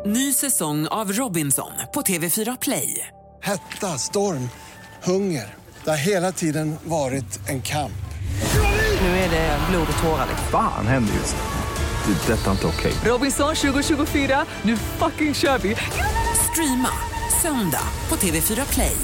Ny säsong av Robinson på TV4 Play. Hetta, storm, hunger. Det har hela tiden varit en kamp. Nu är det blod och tårar. Fan händer just nu. Det. Detta är inte okej. Robinson 2024, nu fucking kör vi. Streama söndag på TV4 Play.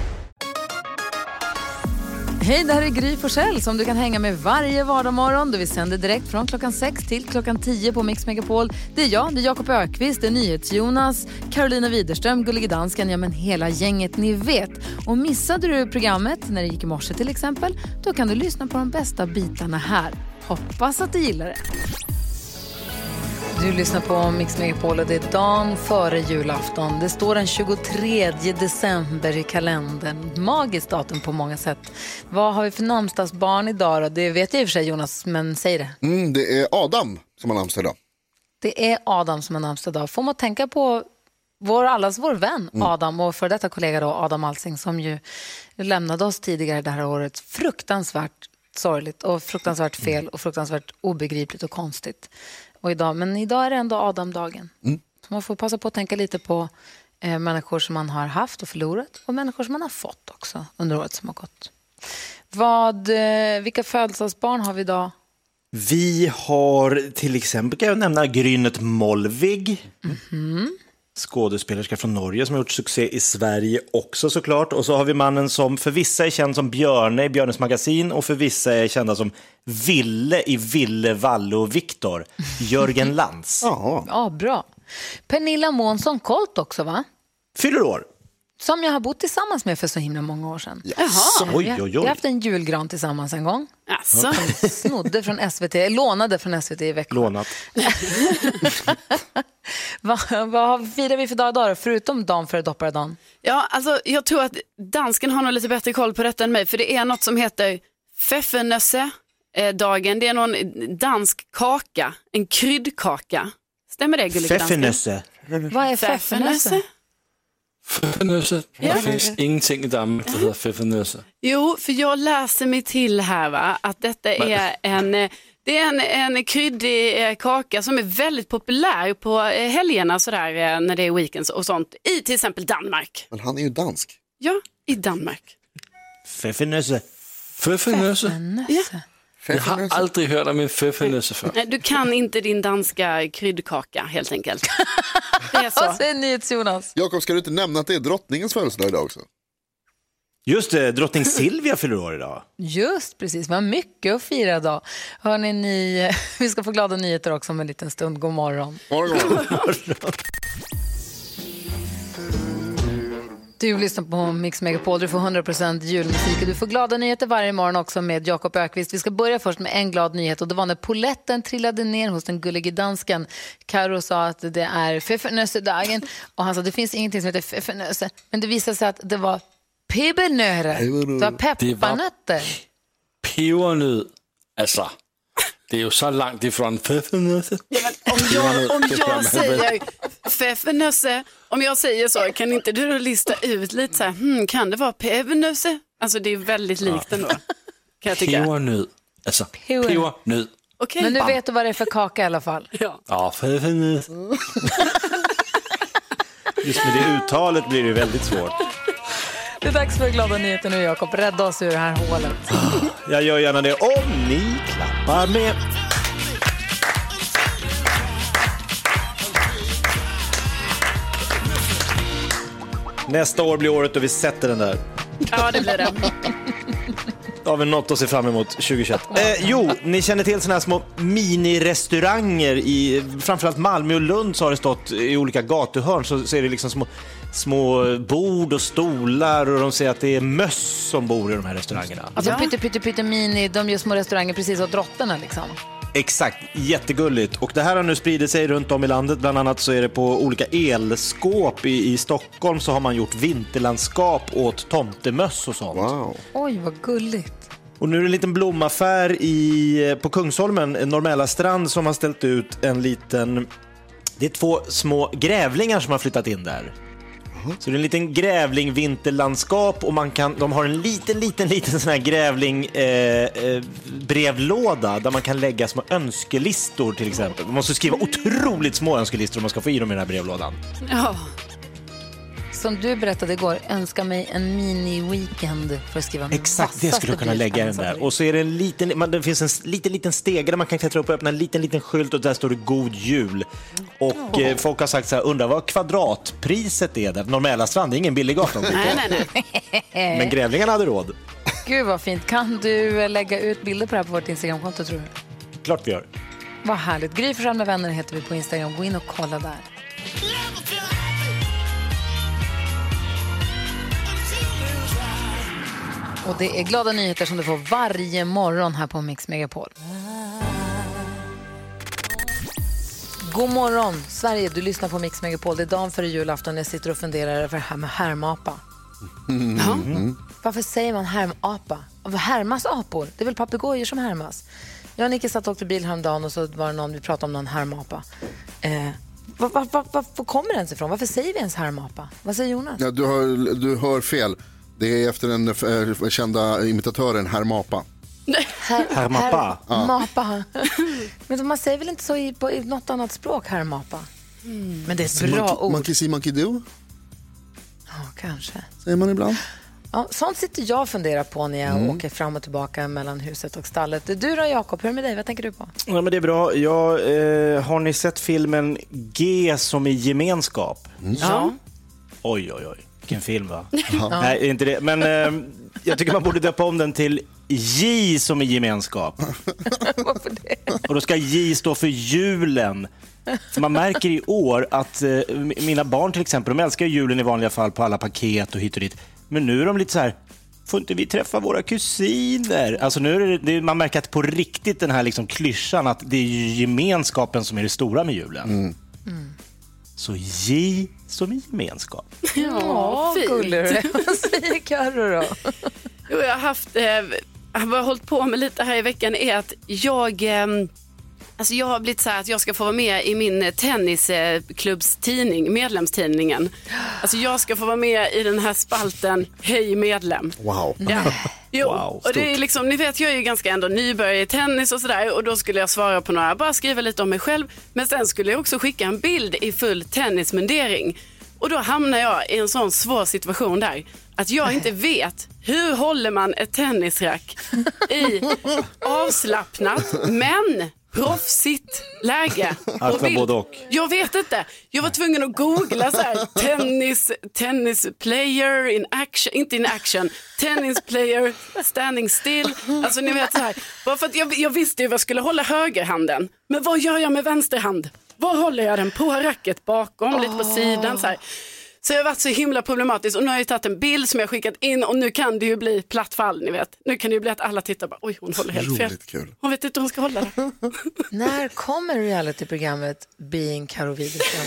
Hej, det här är Gry Forssell som du kan hänga med varje vardagsmorgon. Då vi sänder direkt från klockan 6 till klockan 10 på Mix Megapol. Det är jag, det är Jakob Ökvist, det är NyhetsJonas, Carolina Widerström, Gullige Dansken, ja men hela gänget ni vet. Och missade du programmet när det gick i morse till exempel, då kan du lyssna på de bästa bitarna här. Hoppas att du gillar det. Du lyssnar på Mix Megapol och det är dagen före julafton. Det står den 23 december i kalendern. Magiskt datum på många sätt. Vad har vi för namnsdagsbarn idag då? Det vet jag i och för sig, Jonas, men säg det. Det är Adam som har namnsdag idag. Det är Adam som har namnsdag idag. Får man tänka på vår vän Adam och för detta kollega då, Adam Alsing, som ju lämnade oss tidigare det här året. Fruktansvärt sorgligt och fruktansvärt fel och fruktansvärt obegripligt och konstigt. Men idag är det ändå Adam-dagen. Så man får passa på att tänka lite på människor som man har haft och förlorat och människor som man har fått också under året som har gått. Vilka födelsedagsbarn har vi idag? Vi har till exempel, kan jag nämna, Grynet Molvig. Skådespelerska från Norge som har gjort succé i Sverige också såklart. Och så har vi mannen som för vissa är känd som Björne i Björnes magasin och för vissa är kända som Ville i Ville, Valle och Viktor. Jörgen Lantz. Ja, bra. Pernilla Månsson Colt också, va? Fyller år. Som jag har bott tillsammans med för så himla många år sedan. Jaha. Vi har haft en julgran tillsammans en gång. Alltså. Snodde från SVT, lånade från SVT i veckan. Lånat. Vad firar vi för dag idag då, förutom dagen före dopparedagen? Ja, alltså jag tror att dansken har nog lite bättre koll på detta än mig. För det är något som heter Feffenösse-dagen. Det är någon dansk kaka, en kryddkaka. Stämmer det, Gullige Dansken? Feffenösse. Vad är Feffenösse? Feffenösse. Det finns ingenting i Danmark som heter Feffenösse. Jo, för jag läser mig till här, va, att detta är en kryddig kaka som är väldigt populär på helgerna sådär, när det är weekends och sånt, i till exempel Danmark. Men han är ju dansk. Ja, i Danmark. Feffenösse. Feffenösse? Ja. Jag har aldrig hört om en feffenösse för. Nej, du kan inte din danska kryddkaka helt enkelt. Det är så. Vad säger NyhetsJonas? Jakob, ska du inte nämna att det är drottningens födelsedag idag också? Just det, drottning Silvia fyller år idag. Just precis, man har mycket att fira idag. Hörrni, vi ska få glada nyheter också om en liten stund. God morgon. Du lyssnar på Mix Megapol, du får 100% julmusik och du får glada nyheter varje morgon också med Jakob Ökvist. Vi ska börja först med en glad nyhet och det var när poletten trillade ner hos den gullige dansken. Karo sa att det är Feffenösse-dagen och han sa att det finns ingenting som heter Feffenösse. Men det visade sig att det var pebernötter. Det var pepparnötter. Pebernöt. Alltså, det är ju så långt ifrån Feffenösse. Om jag säger Feffenösse, om jag säger så, kan inte du lista ut lite så här, kan det vara pebernösse? Alltså det är väldigt likt ändå, kan jag tycka. Pebernöt. Alltså, pebernöt. Okay. Men nu vet du vad det är för kaka i alla fall. Ja, Feffenösse. Just med det uttalet blir det väldigt svårt. Det är dags för glada nyheter nu, Jakob. Rädda oss ur det här hålet. Jag gör gärna det om ni klappar med. Nästa år blir året då vi sätter den där. Ja, det blir det. Då har vi något att se fram emot 2021. Ni känner till såna här små minirestauranger i framförallt Malmö och Lund, så har det stått i olika gatuhörn, så är det liksom små bord och stolar och de säger att det är möss som bor i de här restaurangerna. Alltså pytte mini, de gör små restauranger precis av drotterna liksom. Exakt, jättegulligt. Och det här har nu spridit sig runt om i landet. Bland annat så är det på olika elskåp i Stockholm, så har man gjort vinterlandskap åt tomtemöss och sånt. Wow. Oj, vad gulligt. Och nu är det en liten blomaffär på Kungsholmen, Norrmälla strand, som har ställt ut en liten... Det är 2 små grävlingar som har flyttat in där. Så det är en liten grävling vinterlandskap och de har en liten sån här grävling brevlåda där man kan lägga små önskelistor till exempel. Man måste skriva otroligt små önskelistor om man ska få i dem i den här brevlådan. Ja. Som du berättade igår, önska mig en mini-weekend för att skriva. Exakt, det skulle jag kunna lägga den där. Och så är det det finns en liten stege där man kan klättra upp och öppna en liten skylt och där står det God Jul. Och folk har sagt så här, undrar vad kvadratpriset är där. Norrmäla strand, det är ingen billig gata. Nej. Men grävlingarna hade råd. Gud vad fint. Kan du lägga ut bilder på det här på vårt Instagramkonto, tror du? Klart vi gör. Vad härligt. Gry Forssell med vänner heter vi på Instagram. Gå in och kolla där. Och det är glada nyheter som du får varje morgon här på Mix Megapol. God morgon, Sverige. Du lyssnar på Mix Megapol. Det är dagen före julafton. Jag sitter och funderar över det här med härmapa. Varför säger man härmapa? Härmas apor? Det är väl papegojor som härmas? Jag och Nicke satt och åkte bil häromdagen och så var det vi pratade om någon härmapa. Var kommer den sig ifrån? Varför säger vi ens härmapa? Vad säger Jonas? Ja, du hör fel. Det är efter den kända imitatören Hermapa. Hermapa? Mapa. Men man säger väl inte så på något annat språk, Hermapa? Men det är ett bra ord. Monkey see, monkey do? Ja, kanske. Säger man ibland. Ja, sånt sitter jag och funderar på när jag åker fram och tillbaka mellan huset och stallet. Du då, Jakob, hur är det med dig? Vad tänker du på? Ja, men det är bra. Har ni sett filmen G som i gemenskap? Ja. Oj. Vilken film, va? Nej, inte det. Men jag tycker man borde döpa om den till J som i gemenskap. Varför det? Och då ska J stå för julen. För man märker i år att mina barn till exempel, de älskar julen i vanliga fall på alla paket och hit och dit. Men nu är de lite så här, får inte vi träffa våra kusiner? Alltså nu är det man märker att på riktigt den här liksom klyschan att det är gemenskapen som är det stora med julen. Så J som i gemenskap. Ja, gullig. Vad säger Karo då? Jo, jag har hållit på med lite här i veckan är att jag har blivit så här att jag ska få vara med i min tennisklubbstidning, medlemstidningen. Alltså jag ska få vara med i den här spalten Hej medlem. Wow. Ja. Jo, Wow, och det är liksom, ni vet, jag är ju ganska ändå nybörjare i tennis och sådär, och då skulle jag svara på några, bara skriva lite om mig själv, men sen skulle jag också skicka en bild i full tennismundering. Och då hamnar jag i en sån svår situation där att jag inte vet hur håller man ett tennisrack i avslappnat men proffsigt läge. Allt var både och. Jag vet inte. Jag var tvungen att googla så här tennis player in action, inte in action, tennis player standing still. Alltså ni vet så här. Bara för att jag visste ju vad jag skulle hålla högerhanden. Men vad gör jag med vänsterhand? Var håller jag den på racket bakom, lite på sidan så här. Så jag har varit så himla problematisk och nu har jag tagit en bild som jag skickat in och nu kan det ju bli platt fall, ni vet. Nu kan det ju bli att alla tittar bara, oj hon håller helt fel. Kul. Hon vet inte hur hon ska hålla det. När kommer realityprogrammet Being Karo Widerström?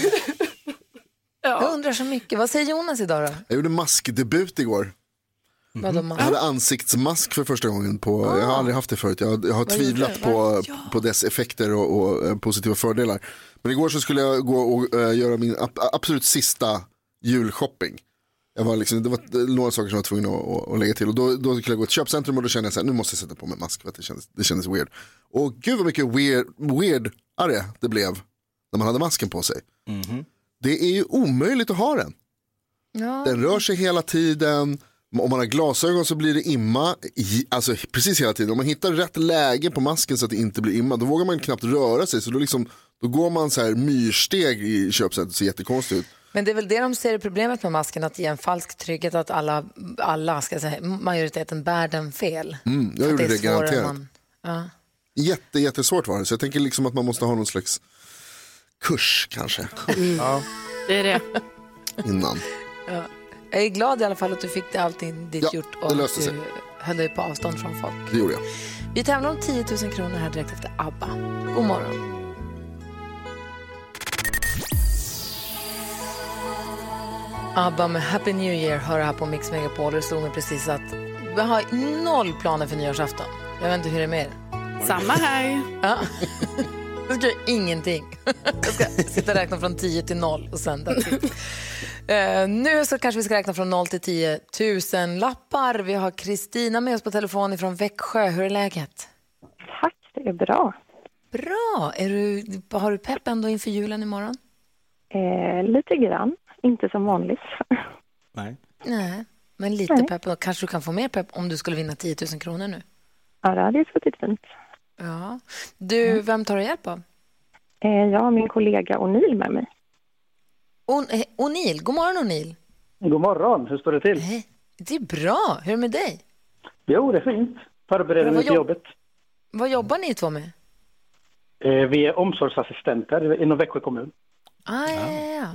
Jag undrar så mycket. Vad säger Jonas idag då? Jag gjorde maskdebut igår. Jag hade ansiktsmask för första gången på, jag har aldrig haft det förut. Jag har tvivlat på dess effekter och positiva fördelar. Men igår så skulle jag gå och göra min absolut sista julshopping. Det var några saker som jag var tvungen att lägga till. Och då skulle jag gå till köpcentrum och då kände jag så här, nu måste jag sätta på mig mask för att det kändes weird. Och gud vad mycket weirdare det blev när man hade masken på sig. Det är ju omöjligt att ha den. Ja. Den rör sig hela tiden. Om man har glasögon så blir det imma, alltså precis hela tiden. Om man hittar rätt läge på masken så att det inte blir imma, då vågar man knappt röra sig. Så då går man så här myrsteg i köpcentret, så jättekonstigt ut. Men det är väl det de ser problemet med masken, att ge en falsk trygghet att alla ska säga, majoriteten bär den fel. Jag gjorde det garanterat. Ja. Jättesvårt var det, så jag tänker liksom att man måste ha någon slags kurs kanske. Ja. Det är det. Innan. Ja. Jag är glad i alla fall att du fick allting ditt gjort och att du höll dig på avstånd från folk. Det gjorde jag. Vi tävlar om 10 000 kronor här direkt efter ABBA. God morgon. ABBA med Happy New Year hör här på Mix Megapol. Det stod mig precis att vi har 0 planer för nyårsafton. Jag vet inte hur det är med er. Samma här. Ja. Jag ska göra ingenting. Jag ska sitta och räkna från 10 till 0 och sen nu så kanske vi ska räkna från 0 till 10 000 lappar. Vi har Kristina med oss på telefon från Växjö. Hur är läget? Tack, det är bra. Bra. Har du pepp ändå inför julen imorgon? Lite grann. Inte som vanligt. Nej, men lite pepp. Kanske du kan få mer pepp om du skulle vinna 10 000 kronor nu. Ja, det hade varit fint. Ja. Du, vem tar du hjälp av? Jag har min kollega O'Neill med mig. O'Neill, god morgon O'Neill. God morgon, hur står det till? Det är bra, hur är det med dig? Jo, det är fint. Förbereder mig till jobbet. Vad jobbar ni två med? Vi är omsorgsassistenter inom Växjö kommun. Ja.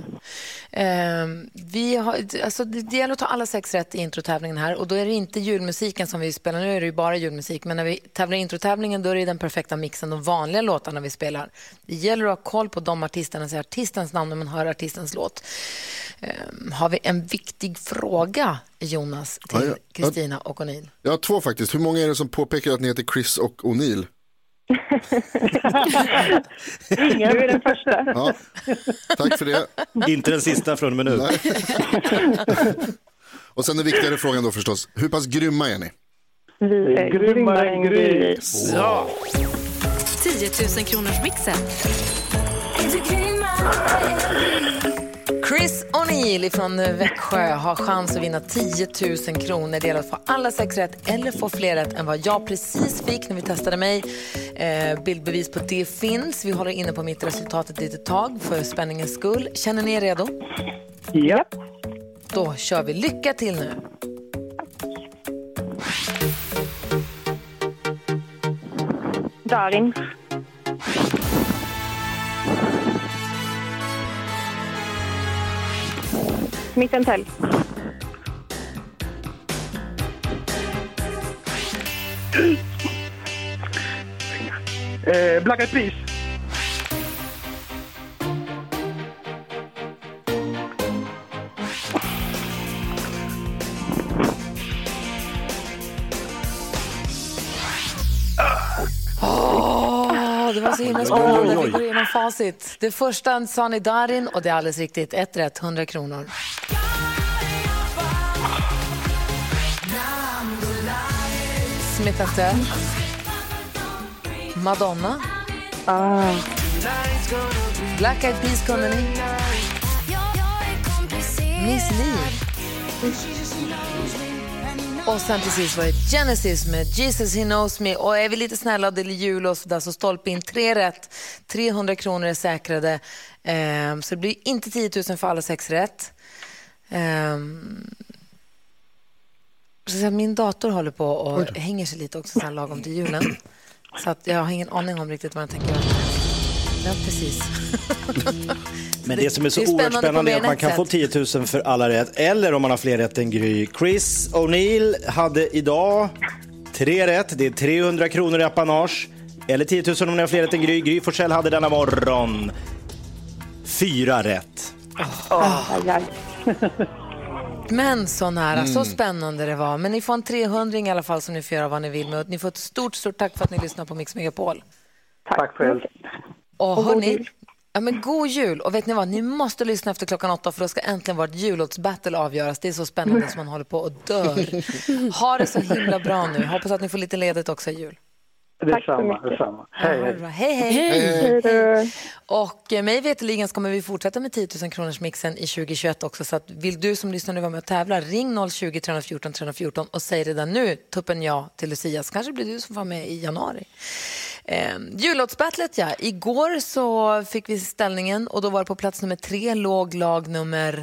Det gäller att ta alla 6 rätt i introtävlingen här. Och då är det inte julmusiken som vi spelar. Nu är det ju bara julmusik. Men när vi tävlar i introtävlingen, då är det den perfekta mixen. De vanliga låtarna vi spelar. Det gäller att ha koll på de artisterna, så artistens namn när man hör artistens låt. Har vi en viktig fråga, Jonas, till Kristina och O'Neill? Jag har 2 faktiskt. Hur många är det som påpekar att ni heter Chris och O'Neill? Ingen, du är den första. Ja, tack för det. Inte den sista från en minut. Och sen den viktigare frågan då förstås. Hur pass grymma är ni? Vi är grymmare än gris. Ja. 10 000 kronors mixen. Chris O'Neill från Växjö har chans att vinna 10 000 kronor. Det gäller att få alla 6 rätt eller få fler rätt än vad jag precis fick när vi testade mig. Bildbevis på det finns. Vi håller inne på mitt resultat ett litet tag för spänningens skull. Känner ni er redo? Ja. Då kör vi. Lycka till nu. Darin. Smith & Tell. Black Eyed Peas. Det var så himla spännande. Vi går igenom facit. Det första sa ni Darin och det är alldeles riktigt. 1 rätt, 100 kronor. Smith & Tell. Madonna. Black Eyed Peas kunde ni. Miss Li. Och sen till sist var det Genesis med Jesus He Knows Me. Och är vi lite snälla och det är jul och sådär, så stolpe in 3 rätt. 300 kronor är säkrade. Så det blir inte 10 000 för alla 6 rätt. Så min dator håller på och hänger sig lite också så här lagom till julen. Så att jag har ingen aning om riktigt vad jag tänker göra. Ja, precis. Men det som är så oerhört spännande är att man kan få 10 000 för alla rätt. Eller om man har fler rätt än Gry. Chris O'Neill hade idag 3 rätt. Det är 300 kronor i apanage. Eller 10 000 om ni har fler rätt än Gry. Gry Forssell hade denna morgon 4 rätt. Men så nära, så spännande det var. Men ni får en 300 i alla fall som ni får göra vad ni vill med. Ni får ett stort tack för att ni lyssnar på Mix Megapol. Tack själv. Och hörni, god jul. Och vet ni vad, ni måste lyssna efter 8:00 för då ska äntligen vårt jullåtsbattle avgöras. Det är så spännande som man håller på och dör. Ha det så himla bra nu. Hoppas att ni får lite ledigt också i jul. Detsamma. Hej. Och mig veteligen kommer vi fortsätta med 10 000 kronors mixen i 2021 också. Så att vill du som lyssnar nu vara med och tävla, ring 020 314 314 och säg redan nu tuppen ja till Lucia. Så kanske blir du som var med i januari. Jullåtsbattlet, ja. Igår så fick vi ställningen och då var det på plats nummer 3 låg lag nummer...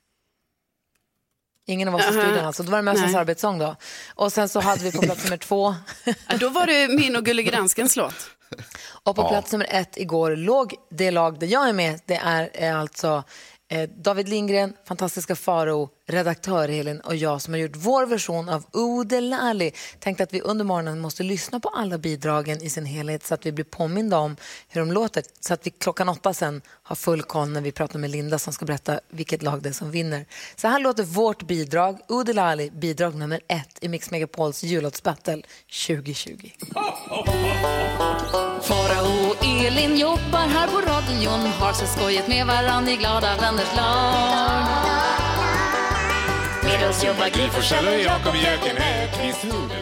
Ingen av oss i studion alltså. Då var det Mössens arbetssång då. Och sen så hade vi på plats nummer 2. Då var det min och Gullige Danskens låt. Och på plats nummer 1 igår låg det lag där jag är med. Det är alltså David Lindgren, fantastiska Faro, redaktör Elin och jag som har gjort vår version av Odelali. Tänkte att vi under morgonen måste lyssna på alla bidragen i sin helhet så att vi blir påminda om hur de låter. Så att vi 8:00 sen har full koll när vi pratar med Linda som ska berätta vilket lag det är som vinner. Så här låter vårt bidrag, Odelali, bidrag nummer 1 i Mix Megapols jullåtsbattle 2020. Farao och Elin jobbar här på radion, har så skojigt med varann i glada vänners lag. Med oss jobbar Gry Forssell och Jakob Jökenäck.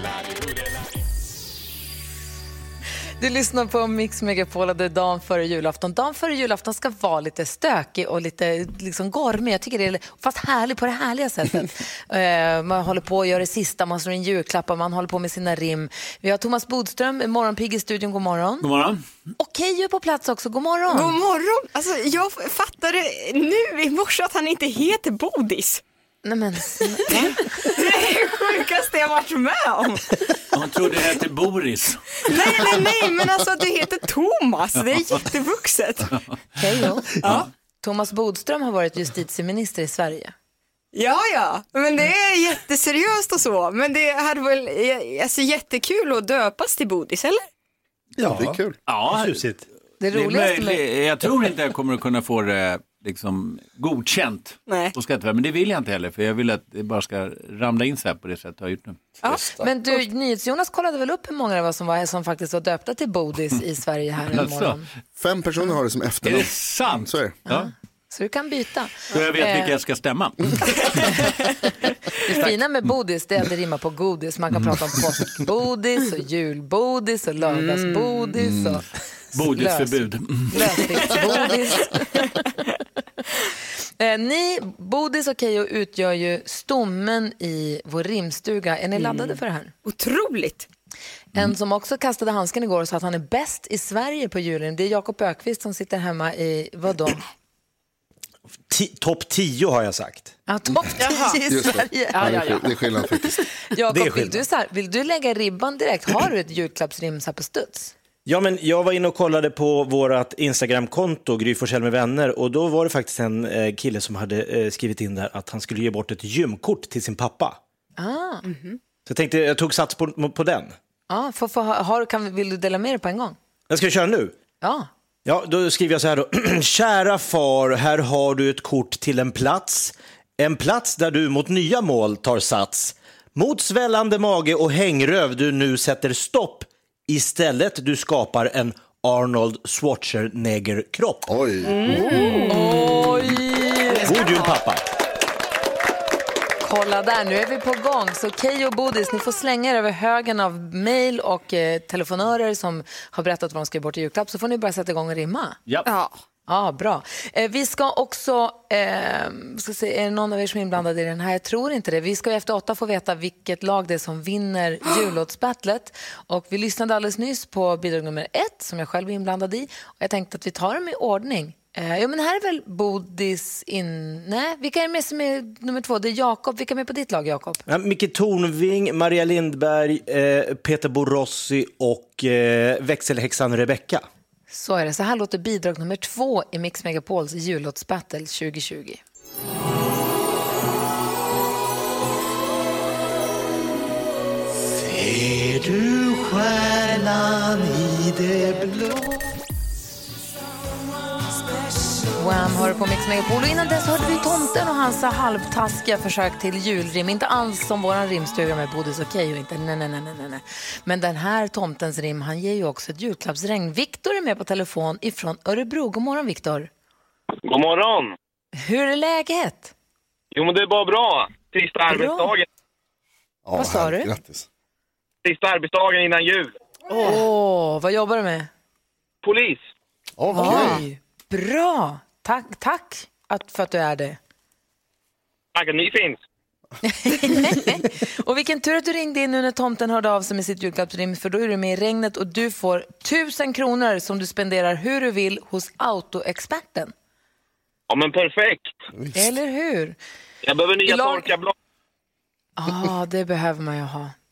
Du lyssnar på Mix Megapol och det är dagen före julafton. Dagen före julafton ska vara lite stökig och lite liksom gormig. Jag tycker det är fast härlig på det härliga sättet. Man håller på att göra det sista, man slår in julklappar, man håller på med sina rim. Vi har Thomas Bodström, morgonpigg i studion, god morgon. God morgon. Och Keyyo på plats också, god morgon. God morgon. Alltså, jag fattade nu i morse att han inte heter Bodis. Nej men, det är det sjukaste jag varit med om. Han trodde det hette Boris. Nej, men alltså det heter Thomas. Det är jättevuxet. Keyyo, Thomas Bodström har varit justitieminister i Sverige. Ja, men det är jätteseriöst och så. Men det hade väl alltså, jättekul att döpas till Bodis, eller? Ja, det är kul. Ja, det roligaste med... Jag tror inte jag kommer att kunna få det liksom godkänt på Skatteverket, men det vill jag inte heller, för jag vill att det bara ska ramla in så här på det sättet jag har gjort nu. Ja, men du, NyhetsJonas kollade väl upp hur många det var som faktiskt var döpta till Bodis i Sverige här i morgon. 5 personer har det som efternamn. Är det sant? Så är det. Ja. Så du kan byta. Så jag vet vilka jag ska stämma. Det fina med Bodis är att det rimmar på godis. Man kan prata om påskbodis och julbodis och lördagsbodis och bodisförbud. Lösviktsbodis. Ni, Bodis och Keyyo, utgör ju stommen i vår rimstuga. Är ni laddade för det här? Otroligt. En som också kastade handsken igår och sa att han är bäst i Sverige på julen. Det är Jakob Ökvist som sitter hemma i, vadå? Topp 10 har jag sagt. Ja, topp 10 i Sverige. Ja. Det är skillnad faktiskt. Jakob, vill du lägga ribban direkt? Har du ett julklappsrim så här på studs? Ja, men jag var inne och kollade på vårt Instagram-konto, Gry Forssell med vänner, och då var det faktiskt en kille som hade skrivit in där att han skulle ge bort ett gymkort till sin pappa. Så jag tog sats på den. Vill du dela med dig på en gång? Jag ska köra nu? Ja, då skriver jag så här då. Kära far, här har du ett kort till en plats. En plats där du mot nya mål tar sats. Mot svällande mage och hängröv du nu sätter stopp. Istället du skapar en Arnold Schwarzenegger-kropp. Oj. God jul, pappa. Kolla där, nu är vi på gång. Så Keyyo och Bodis, ni får slänga er över högen av mejl och telefonörer som har berättat vad de ska ge bort i julklapp. Så får ni bara sätta igång och rimma. Ja, bra. Vi ska också, ska se, är det någon av er som är inblandad i den här? Jag tror inte det. Vi ska efter 8 få veta vilket lag det är som vinner jullåtsbattlet. Och vi lyssnade alldeles nyss på bidrag nummer 1 som jag själv är inblandad i. Och jag tänkte att vi tar dem i ordning. Men här är väl Bodis Nej, vilka är med som är nummer 2? Det är Jakob. Vilka är med på ditt lag, Jakob? Ja, Micke Tornving, Maria Lindberg, Peter Borossi och växelhäxan Rebecca. Så är det. Så här låter bidrag nummer 2 i Mix Megapols jullåtsbattle 2020. Ser du stjärnan i det blå? Wham har du på Mix Megapol. Och innan dess hörde vi tomten och hans halvtaskiga försök till julrim. Inte alls som våran rimstuga med Bodis och Keyyo. Inte. Nej. Men den här tomtens rim, han ger ju också ett julklappsregn. Viktor är med på telefon ifrån Örebro. God morgon, Viktor. God morgon. Hur är läget? Jo, men det är bara bra. Sista arbetsdagen. Vad sa du? Grattis. Sista arbetsdagen innan jul. Vad jobbar du med? Polis. Oj, bra. Tack för att du är det. Tack att ni finns. Och vilken tur att du ringde in nu när tomten hörde av sig med sitt julklappsrim, för då är du med i regnet och du får 1000 kronor som du spenderar hur du vill hos Autoexperten. Ja, men perfekt. Eller hur? Jag behöver nya torkarblad. Det behöver man ju ha.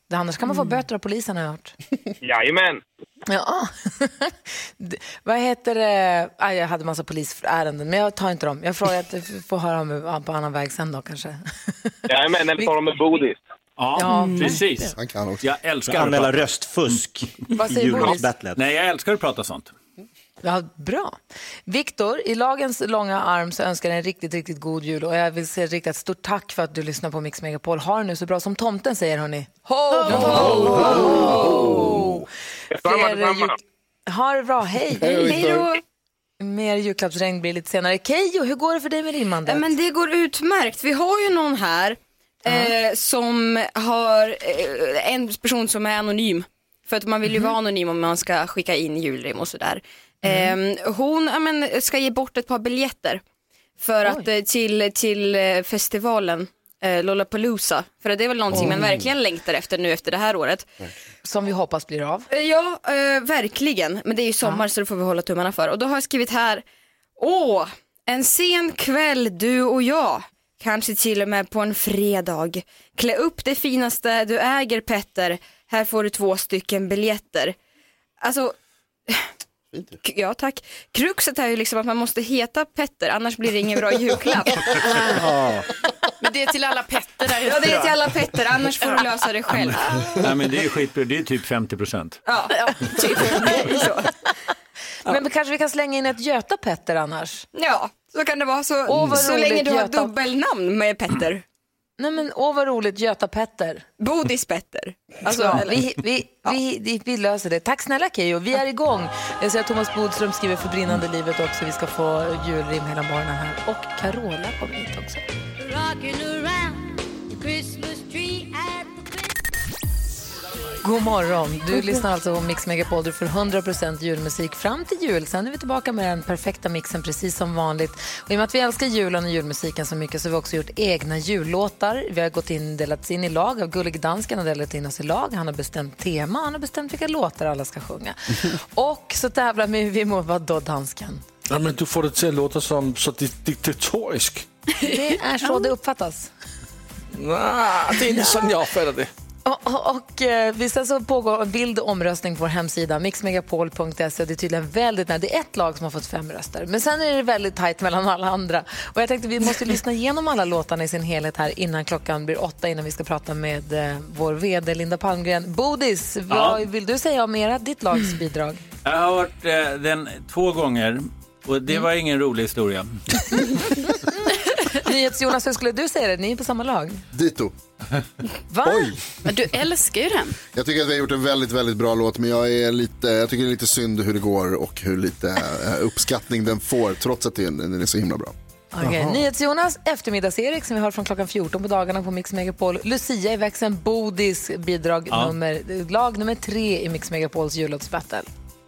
Annars kan man få böter av polisen, har jag hört. Jajamän. Ja. Vad heter det? Jag hade massa polisärenden, men jag tar inte dem. Jag frågar att jag får höra om på annan väg sen då kanske. Jajamän, eller tar dem med Bodis. Ja, precis. Han kan också. Jag älskar att anmäla röstfusk. Vad säger Bodis? Nej, jag älskar att prata sånt. Ja, bra. Viktor, i lagens långa arm så önskar jag en riktigt, riktigt god jul. Och jag vill säga riktigt stort tack för att du lyssnar på Mix Megapol. Ha det nu så bra som tomten säger, hörni. Ho, ho, ho, ho. Ha det bra, hej. Hej då. Mer julklappsregn blir lite senare. Keyyo, hur går det för dig med rimmandet? Men det går utmärkt. Vi har ju någon här som har en person som är anonym. För att man vill ju vara anonym om man ska skicka in julrim och sådär. Hon ska ge bort ett par biljetter för att till festivalen Lollapalooza. För det är väl någonting man verkligen längtar efter nu efter det här året. Som vi hoppas blir av. Ja, verkligen. Men det är ju sommar så då får vi hålla tummarna för. Och då har jag skrivit här: en sen kväll du och jag. Kanske till och med på en fredag. Klä upp det finaste du äger, Petter. Här får du 2 stycken biljetter. Alltså, ja tack. Kruxet är ju liksom att man måste heta Petter, annars blir det ingen bra julklapp. Men det är till alla Petter där. Ja, det är till alla Petter, annars får du lösa det själv. Nej, men det är skitbra, det är typ 50%. Ja, typ så. Men kanske vi kan slänga in ett Göta Petter annars. Ja, så kan det vara. Så länge du har dubbelnamn med Petter. Nej men vad roligt, Göta Petter. Bodis Petter. Alltså, ja, vi löser det. Tack snälla Keyyo, vi är igång. Jag ser att Thomas Bodström skriver för brinnande livet också. Vi ska få julrim hela morgonen här. Och Carola kommer hit också. God morgon, du lyssnar alltså på Mix Megapol. Du får 100% julmusik fram till jul. Sen är vi tillbaka med den perfekta mixen precis som vanligt. Och i och med att vi älskar julen och julmusiken så mycket så har vi också gjort egna jullåtar. Vi har delats in i lag. Av Gullig Dansken har delat in oss i lag. Han har bestämt tema, han har bestämt vilka låtar alla ska sjunga. Och så tävlar vi mot vad då, Dansken? Ja, men du får det till att låta som så diktatorisk. Det är så det uppfattas. Nej, det är inte så jag fattar det. Och sen så pågår en vild omröstning på vår hemsida mixmegapol.se. Det är tydligen väldigt nära. Det är ett lag som har fått 5 röster. Men sen är det väldigt tajt mellan alla andra. Och jag tänkte vi måste lyssna igenom alla låtarna i sin helhet här innan klockan blir 8, innan vi ska prata med vår vd Linda Palmgren. Bodis, vad vill du säga om ditt lags bidrag? Jag har hört den 2 gånger och det var ingen rolig historia. Jonas, hur skulle du säga det? Ni är på samma lag. Dito. Va? Oj. Men du älskar ju den. Jag tycker att vi har gjort en väldigt, väldigt bra låt. Men jag tycker det är lite synd hur det går och hur lite uppskattning den får. Trots att den är så himla bra. Okay. NyhetsJonas, eftermiddags-Erik som vi har från klockan 14 på dagarna på Mix Megapol. Lucia i växeln, Bodis bidrag lag nummer 3 i Mix Megapols jullåtsbattle.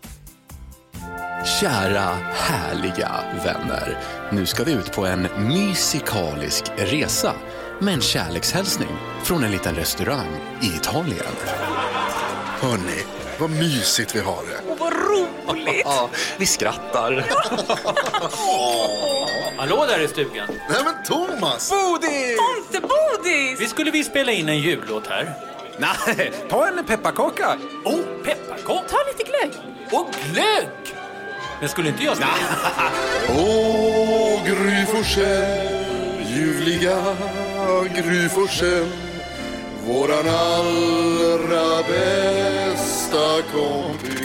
Kära, härliga vänner. Nu ska vi ut på en musikalisk resa med en kärlekshälsning från en liten restaurang i Italien. Hörrni, vad mysigt vi har det. Vad roligt! Ja, vi skrattar. Hallå där i stugan. Nej men Thomas! Bodis! Tomte Bodis! Vi skulle spela in en jullåt här. Nej, ta en pepparkaka. Pepparkaka? Ta lite glögg. Och glögg! Men skulle inte jag spela? Gry Forssell, ljuvliga Gry Forssell, våran allra bästa kompis.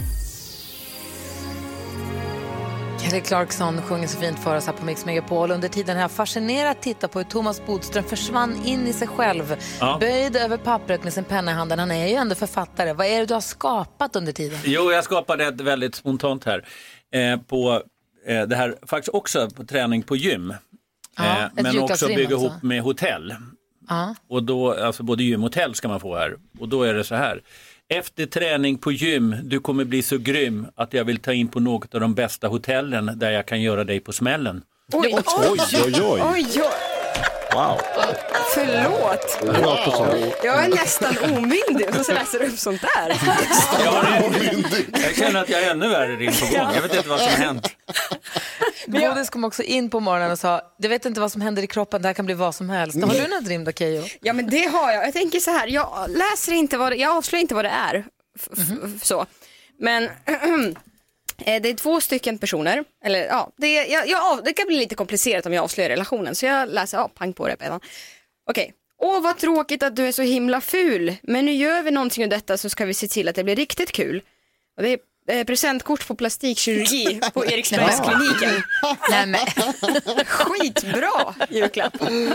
Kelly Clarkson sjunger så fint för oss här på Mix Megapol. Under tiden har jag fascinerat tittat på hur Thomas Bodström försvann in i sig själv. Böjd över pappret med sin penna i handen. Han är ju ändå författare. Vad är det du har skapat under tiden? Jo, jag skapade ett väldigt spontant här. På det här faktiskt också på träning på gym. Men också bygga ihop med hotell. Och då, alltså både gym och hotell ska man få här. Och då är det så här. Efter träning på gym, du kommer bli så grym att jag vill ta in på något av de bästa hotellen där jag kan göra dig på smällen. Oj. Wow. Förlåt. Jag är nästan omyndig och så läser du upp sånt där. Jag känner att jag är ännu värre in på gång. Jag vet inte vad som har hänt. Bodis kom också in på morgonen och sa, jag vet inte vad som händer i kroppen, det här kan bli vad som helst. Har du något rim då, Keyyo? Ja, men det har jag. Jag tänker så här, jag avslöjar inte vad det är. Så. Men det är 2 stycken personer. Eller ja, det kan bli lite komplicerat om jag avslöjar relationen. Så jag läser, pang på det redan. Okej. Åh, vad tråkigt att du är så himla ful. Men nu gör vi någonting av detta så ska vi se till att det blir riktigt kul. Och det är presentkort på plastikkirurgi på Eriksbergskliniken. Nej, men skitbra julklapp.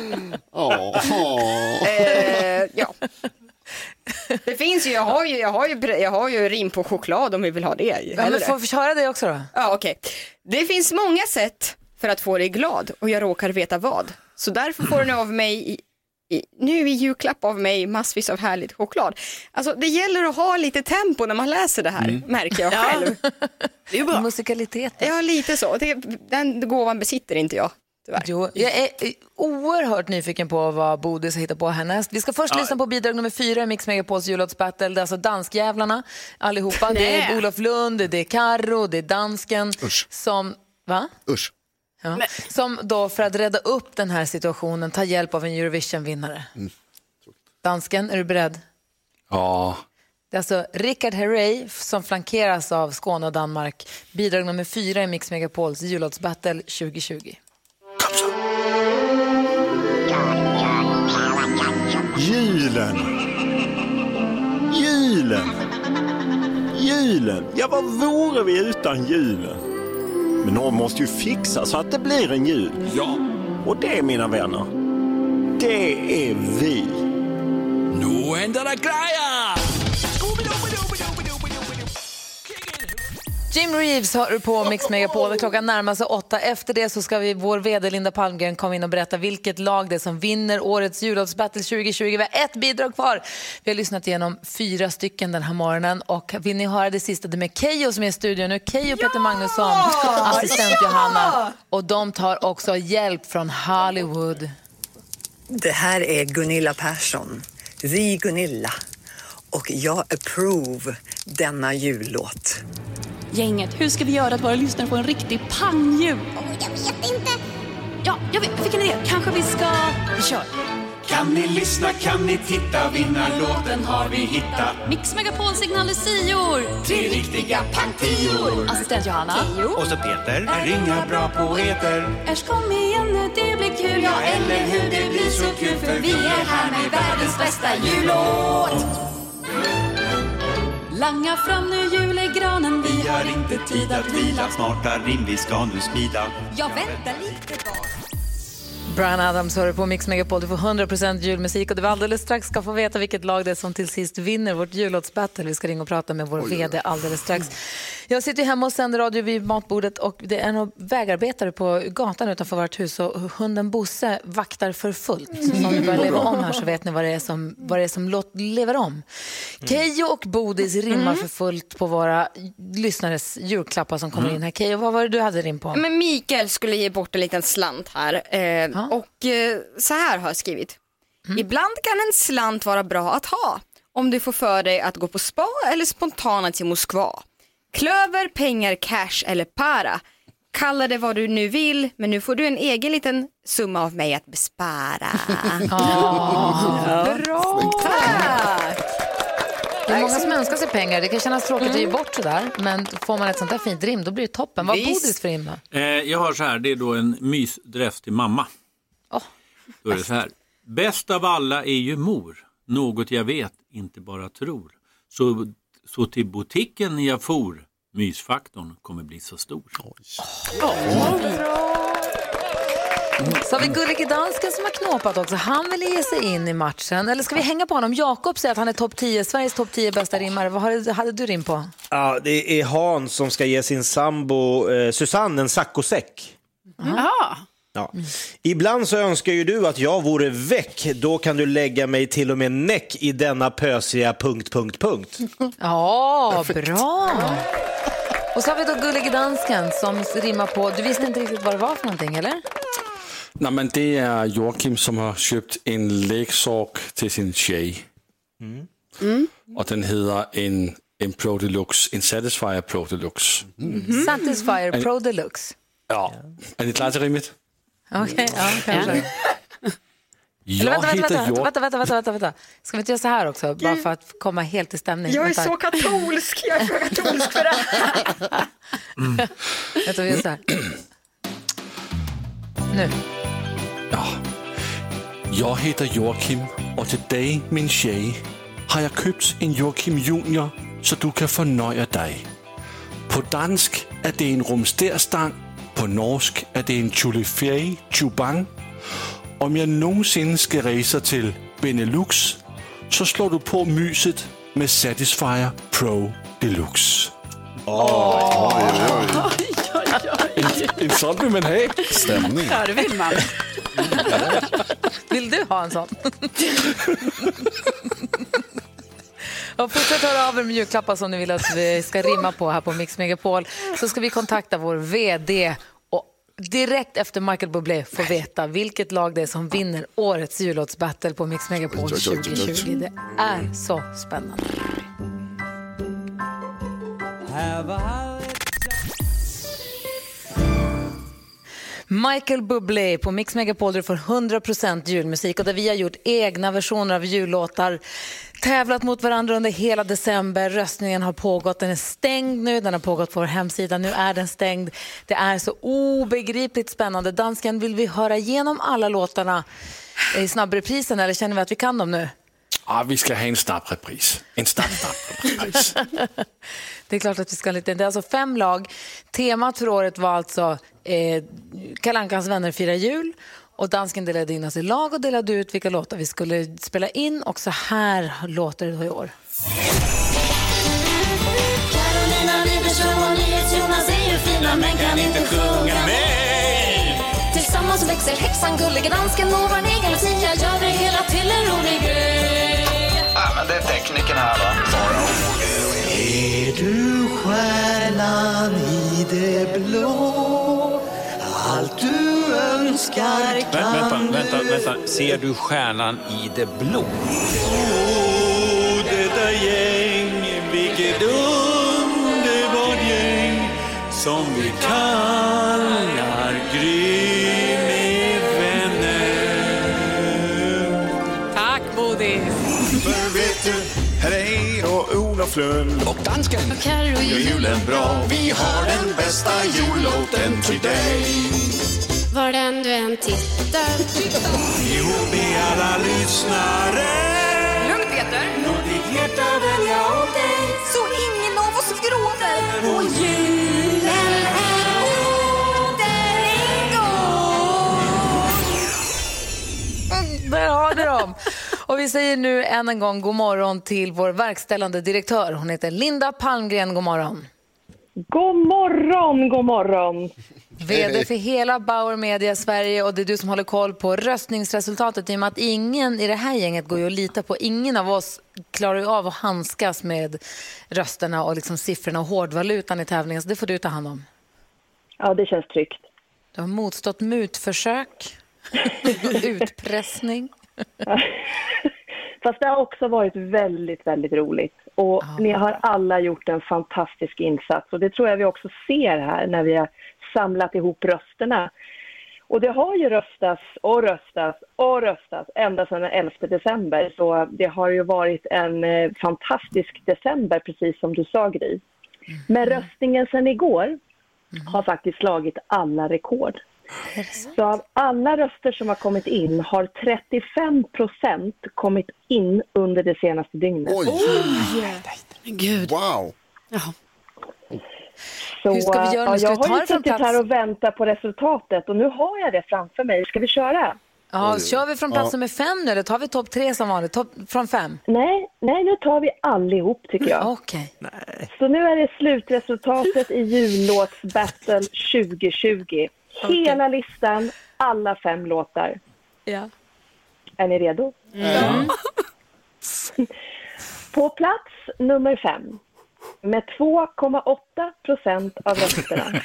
Ja. Det finns ju, jag har ju rim på choklad om vi vill ha det. Ja, men får vi höra det också då? Ja, okej. Det finns många sätt för att få dig glad och jag råkar veta vad. Så därför får du av mig nu i julklapp av mig massvis av härligt choklad. Alltså det gäller att ha lite tempo när man läser det här, märker jag själv. Det är bra. Musikaliteten. Ja, lite så. Den gåvan besitter inte jag. Jo, jag är oerhört nyfiken på vad Bodis har hittat på härnäst. Vi ska först lyssna på bidrag nummer 4 i Mix Megapols jullåtsbattle. Det är alltså danskjävlarna allihopa. Det är Olof Lund, det är Karo, det är dansken. Som, va? Usch. Ja. Som då för att rädda upp den här situationen tar hjälp av en Eurovision-vinnare. Dansken, är du beredd? Ja. Det är alltså Richard Herrey som flankeras av Skåne och Danmark. Bidrag nummer 4 i Mix Megapols jullåtsbattle 2020. Julen. Ja, vad vore vi utan julen? Men någon måste ju fixa så att det blir en jul. Ja. Och det, mina vänner, det är vi. Nu händer det grejer! Jim Reeves har du på Mix Megapol. Klockan närmar sig 8. Efter det så ska vår vd Linda Palmgren komma in och berätta vilket lag det är som vinner årets jullåtsbattle 2020. Vi har 1 bidrag kvar. Vi har lyssnat igenom 4 stycken den här morgonen. Och vill ni höra det sista? Det med Keyyo som är i studion nu. Keyyo, Peter Magnusson, assistent Johanna. Och de tar också hjälp från Hollywood. Det här är Gunilla Persson. The Gunilla. Och jag approve denna jullåt. Gänget, hur ska vi göra att våra lyssnare får en riktig pangjul? Jag vet inte. Ja, jag fick en idé. Kanske vi kör. Kan ni lyssna, kan ni titta, vinnarlåten har vi hittat. Mix Megapol signalisior. 3 riktiga pangtior. Assistent Johanna. Och så Peter. Är inga bra poeter. Äsch, kom igen nu, det blir kul. Ja, eller hur, det blir så kul. För vi är här med världens bästa jullåt. Langa fram nu julegranen. Vi har inte tid att vila. Smarta rim, vi ska nu smida. Jag väntar lite bara. Brian Adams hör på Mix Megapol. Du får 100% julmusik och du alldeles strax ska få veta vilket lag det är som till sist vinner vårt jullåtsbattle. Vi ska ringa och prata med vår vd alldeles strax. Jag sitter hemma och sänder radio vid matbordet och det är en vägarbetare på gatan utanför vårt hus och hunden Bosse vaktar för fullt. Så om vi börjar leva om här så vet ni vad det är som lever om. Keyyo och Bodis rimmar för fullt på våra lyssnares julklappar som kommer in här. Keyyo, vad var det du hade rim på? Men Mikael skulle ge bort en liten slant här. Så här har jag skrivit. Ibland kan en slant vara bra att ha om du får för dig att gå på spa eller spontana till Moskva. Klöver, pengar, cash eller para. Kalla det vad du nu vill, men nu får du en egen liten summa av mig att bespara. Bra! Tack! Det är många som önskar sig pengar. Det kan kännas tråkigt att ge bort sådär. Men får man ett sånt där fint rim, då blir det toppen. Vad är Bodis för rim då? Jag har så här, det är då en mysdress till mamma. Då är det så här. Bäst av alla är ju mor. Något jag vet, inte bara tror. Så till butiken jag for. Mysfaktorn kommer bli så stor. Så har vi Gullige Dansken som har knåpat också. Han vill ge sig in i matchen. Eller ska vi hänga på honom? Jakob säger att han är topp 10, Sveriges topp 10 bästa rimmare. Vad hade du rim på? Ja, det är Hans som ska ge sin sambo Susanne en saccosäck. Ja. Ibland så önskar ju du att jag vore väck. Då kan du lägga mig till och med näck i denna pösiga ... Ja, bra. Och så har vi då Gullige Dansken som rimmar på... Du visste inte riktigt vad det var för någonting, eller? Nej, men det är Joakim som har köpt en leksak till sin tjej. Och den heter en Pro Deluxe, en Satisfyer Pro Deluxe. Satisfyer Pro Deluxe. Ja, är ni klara till rimmet? Okej, ja, kanske. Vänta. Ska vi inte göra så här också? Bara för att komma helt i stämning. Jag är så katolsk. Jag är för katolsk för det här. Vänta, vi gör så här. Nu. Ja. Jag heter Joakim och till dig, min tjej, har jag köpt en Joakim Junior så du kan förnöja dig. På dansk är det en romsterstang, på norsk är det en chulifjej chubang. Om jag någonsin ska resa till Benelux så slår du på myset med Satisfyer Pro Deluxe. En sån vill man ha. Stämning. Ja, det vill man. Vill du ha en sån? Och fortsätt höra av er med julklappar som ni vill att vi ska rimma på här på Mix Megapol. Så ska vi kontakta vår vd och direkt efter Michael Bublé få veta vilket lag det är som vinner årets jullåtsbattle på Mix Megapol 2020. Det är så spännande. Michael Bublé på Mix Megapol, där du får 100% julmusik och där vi har gjort egna versioner av jullåtar, tävlat mot varandra under hela december. Röstningen har pågått, den är stängd nu, den har pågått på vår hemsida, nu är den stängd. Det är så obegripligt spännande. Dansken, vill vi höra igenom alla låtarna i snabbreprisen eller känner vi att vi kan dem nu? Ja, vi ska ha en snabb repris. En snabb repris. Det är klart att vi ska lite. Det är alltså 5 lag. Temat för året var alltså Kalle Ankans vänner firar jul. Och dansken delade in oss i lag och delade ut vilka låtar vi skulle spela in. Och så här låter det i år. Carolina Widerström och NyhetsJonas är ju fina men kan inte sjunga med. Tillsammans växer häxan, gulliga dansken och vår egen Lucia gör det hela till en rolig grej. Ja, men det är tekniken här då. Är du stjärnan i det blå? Allt du önskar kan Vänta. Ser du stjärnan i det blå? detta gäng, vilket underbart gäng som vi kallar Gry med vänner. Tack, Bodis. För vet du, här är och Olof Lund och dansken och Karo gör julen bra. Vi har den bästa jullåten till dig. Var den du än tittar. Ihop med alla lyssnare. Lugn, Peter. Låt ditt hjärta välja åt dig. Så ingen av oss gråter. Och julen är Där har ni dem. Och vi säger nu än en gång god morgon till vår verkställande direktör. Hon heter Linda Palmgren. God morgon. God morgon, god morgon. VD för hela Bauer Media Sverige, och det är du som håller koll på röstningsresultatet, i och med att ingen i det här gänget går ju att lita på. Ingen av oss klarar ju av att handskas med rösterna och liksom siffrorna och hårdvalutan i tävlingen, så det får du ta hand om. Ja, det känns tryggt. Du har motstått mutförsök, utpressning. Fast det har också varit väldigt, väldigt roligt. Och ni har alla gjort en fantastisk insats. Och det tror jag vi också ser här när vi har samlat ihop rösterna. Och det har ju röstats och röstats och röstats ända sedan den 11 december. Så det har ju varit en fantastisk december, precis som du sa, Gry. Men röstningen sedan igår har faktiskt slagit alla rekord. Så av alla röster som har kommit in har 35% kommit in under det senaste dygnet. Oj! Gud. Wow! Ja. Så, hur ska vi göra nu? Ska jag vi ta har det ju från suttit plats? här och väntat på resultatet och nu har jag det framför mig. Ska vi köra? Ja, kör vi från plats nummer 5 nu, eller tar vi topp 3 som vanligt? Från 5? Nej, nu tar vi allihop, tycker jag. Okej. Så nu är det slutresultatet i jullåtsbattle 2020. Hela listan, alla 5 låtar. Ja. Är ni redo? På plats nummer 5 med 2,8% av rösterna.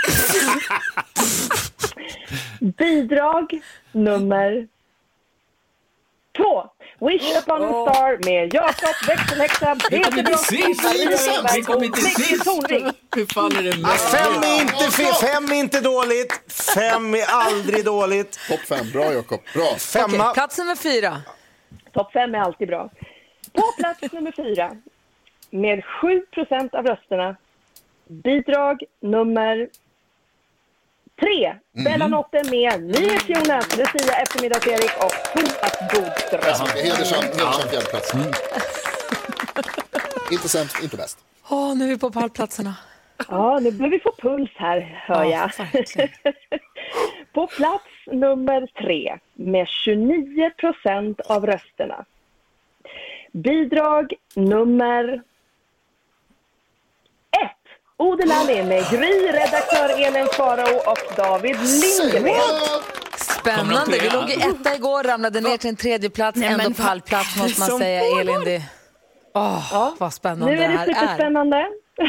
Bidrag nummer 2 Wish upon a star med Jakob, växelhäxa, Peter Bromsson, vi kom inte sist. Hur fan är det med? 5 är inte fel, 5 är inte dåligt. 5 är aldrig dåligt. Topp 5, bra Jakob, bra. 5. Okej, plats nummer 4. Topp 5 är alltid bra. På plats nummer 4 med 7% av rösterna. Bidrag nummer 3. Bellanotte med NyhetsJonas, Lucia Eftermiddags-Erik och Thomas Bodström. Hedersamt fjärdeplats. Inte sämst, inte bäst. Nu är vi på pallplatserna. Ja, nu börjar vi få puls här, hör jag. På plats nummer 3 med 29% av rösterna. Bidrag nummer 1. Odelali med Gry, redaktör Elin Farao och David Lindgren. Spännande. Vi låg i 1 igår, ramlade ner till en 3:e plats. Ändå pallplats måste man säga, Elin. Det... vad spännande nu är det här superspännande.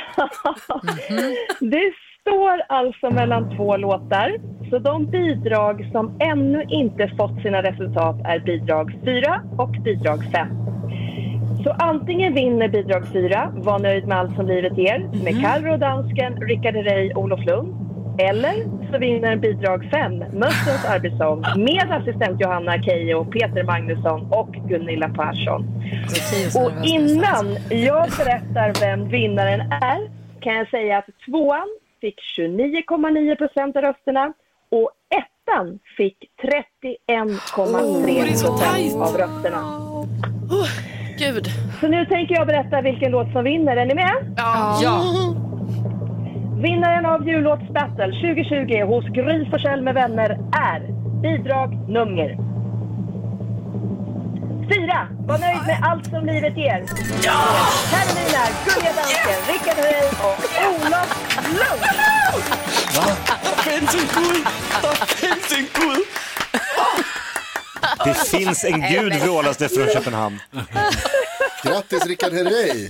Det står alltså mellan 2 låtar. Så de bidrag som ännu inte fått sina resultat är bidrag 4 och bidrag 5. Så antingen vinner bidrag 4, Var nöjd med allt som livet ger, med Carro, Dansken, Rickard Herrey, Olof Lund. Eller så vinner bidrag 5, Mössens arbetssång, med assistent Johanna Keijo, Peter Magnusson och Gunilla Persson. Och innan jag berättar vem vinnaren är kan jag säga att 2:an fick 29,9% av rösterna och 1:an fick 31,3% av rösterna. Gud. Så nu tänker jag berätta vilken låt som vinner. Är ni med? Ja. Vinnaren av jullåtsbattle 2020 hos Gry Forssell med vänner är bidrag nummer 4. Var nöjd med allt som livet ger. Ja! Carolina, Gulliga Dansken, Rickard Herrey och Olof Lund. Va? Finns en guld! Finns en guld! Det finns en gud vrålaste från Köpenhamn. Grattis Rickard Herrey.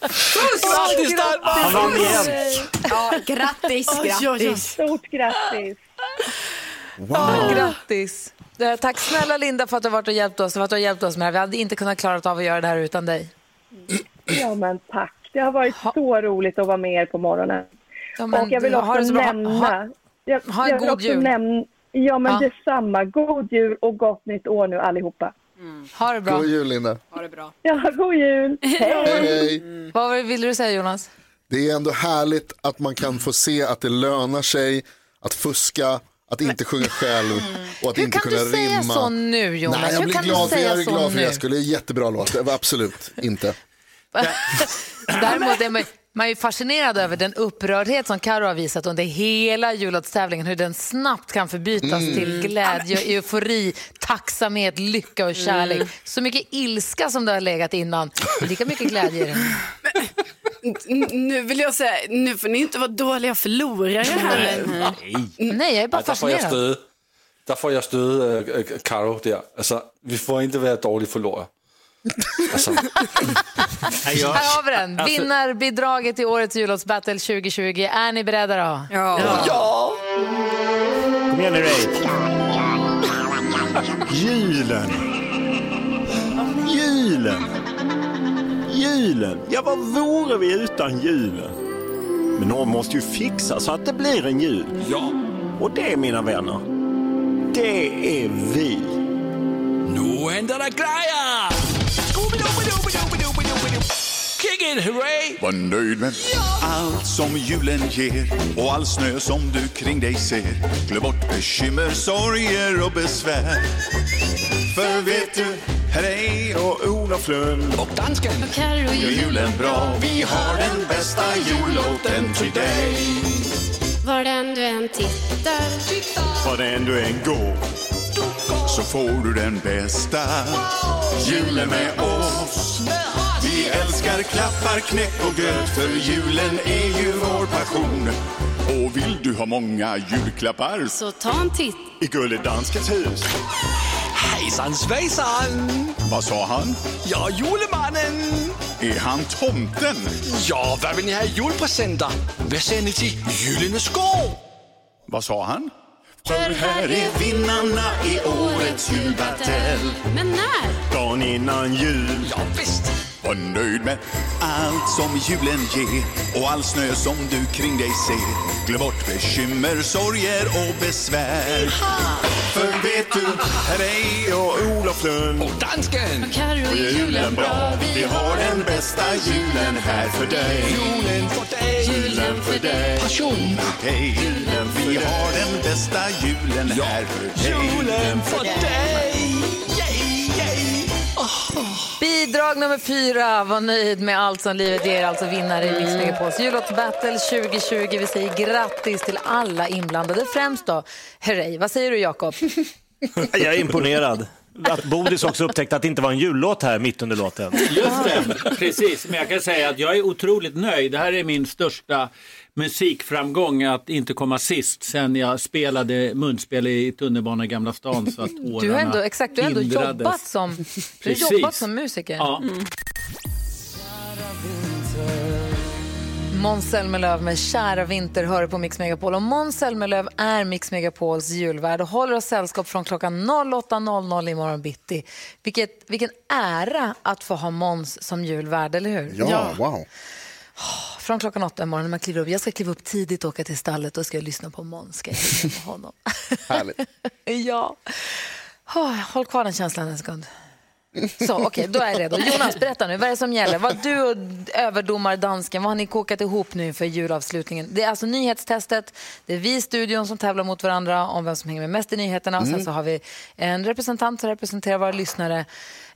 Han vann igen. Ja, grattis. Stort grattis. Wow. Grattis. Tack snälla Linda för att du har varit och hjälpt oss. För att du har hjälpt oss med det. Vi hade inte kunnat klara av att göra det här utan dig. Ja men tack. Det har varit så roligt att vara med er på morgonen. Ja, men, och jag vill också nämna... Ha en god jul. Ja men detsamma. God jul och gott nytt år nu allihopa. Ha det bra. God jul Linda. Ha det bra. Ja, god jul. Hej. Vad vill du säga Jonas? Det är ändå härligt att man kan få se att det lönar sig att fuska, att inte sjunga själv och att inte kunna rimma. Hur kan du säga så nu Jonas? Nej, jag blir glad för det skulle. Det är jättebra låt. Det var absolut inte. Däremot är man är ju fascinerad över den upprördhet som Karo har visat under hela jullåtstävlingen, hur den snabbt kan förbytas till glädje, eufori, tacksamhet, lycka och kärlek. Så mycket ilska som det har legat innan, lika mycket glädje i den. Nu vill jag säga, nu får ni inte vara dåliga förlorare här. Nej, jag är bara fascinerad. Där får jag stöd Karo där. Alltså, vi får inte vara dåliga förlorare. Alltså. Här har vi den. Vinnarbidraget i årets jullåtsbattle 2020. Är ni beredda då? Ja. Kom igen nu Ray. Julen. Ja, vad vore vi utan julen? Men någon måste ju fixa så att det blir en jul. Ja. Och det, mina vänner, det är vi. Nu händer det grejer! Kick it, hurray! Var nöjd med allt som julen ger och all snö som du kring dig ser. Glöm bort bekymmer, sorger och besvär. För vet du, Herrey och Olof Lund och Dansken och Carro gör julen bra. Vi har den bästa jullåten till dig. Var den du än tittar, var den du än går, så får du den bästa julen med oss. Vi älskar klappar, knäck och gröt, för julen är ju vår passion. Och vill du ha många julklappar, så ta en titt i Gulledanskens hus. Hejsan svejsan! Vad sa han? Ja, julemannen! Är han tomten? Ja, vad vill ni ha i julpresenter? Vad säger ni till Gyllene Skov? Vad sa han? För här är vinnarna i årets julbattle. Men när? Dagen innan jul. Ja, visst. Var nöjd med allt som julen ger och all snö som du kring dig ser. Glöm bort bekymmer, sorger och besvär. För vet du, här är jag Olof Lund och dansken. Och Karo och är julen bra. Vi har den bästa julen här för dig. Julen för dig. Julen för dig. Passion. Hej, julen för vi har den bästa julen här för dig. Julen för dig. Bidrag nummer 4, var nöjd med allt som livet ger, alltså vinnare i Mix Megapols jullåtsbattle 2020. Vi säger grattis till alla inblandade, främst då Herrey. Vad säger du, Jakob? Jag är imponerad att Bodis också upptäckte att det inte var en jullåt här mitt under låten. Just det, precis. Men jag kan säga att jag är otroligt nöjd. Det här är min största musikframgång, att inte komma sist sen jag spelade munspel i tunnelbanan i Gamla stan så att årarna du har ändå jobbat som musiker. Ja. Måns Zelmerlöw med Kära vinter hör på Mix Megapol. Och Måns Zelmerlöw är Mix Megapols julvärd och håller oss sällskap från klockan 08.00 imorgon bitti. Vilken ära att få ha Måns som julvärd, eller hur? Ja, wow. Från klockan 8 imorgon när man kliver upp. Jag ska kliva upp tidigt och åka till stallet och ska lyssna på Måns. Ska jag hänga med honom? Härligt. Ja. Håll kvar den känslan en sekund. Så okej, då är jag redo. Jonas, berätta nu, vad är det som gäller? Vad du och överdomar dansken, vad har ni kokat ihop nu för julavslutningen? Det är alltså nyhetstestet, det är vi i studion som tävlar mot varandra om vem som hänger med mest i nyheterna. Och sen så har vi en representant som representerar våra lyssnare.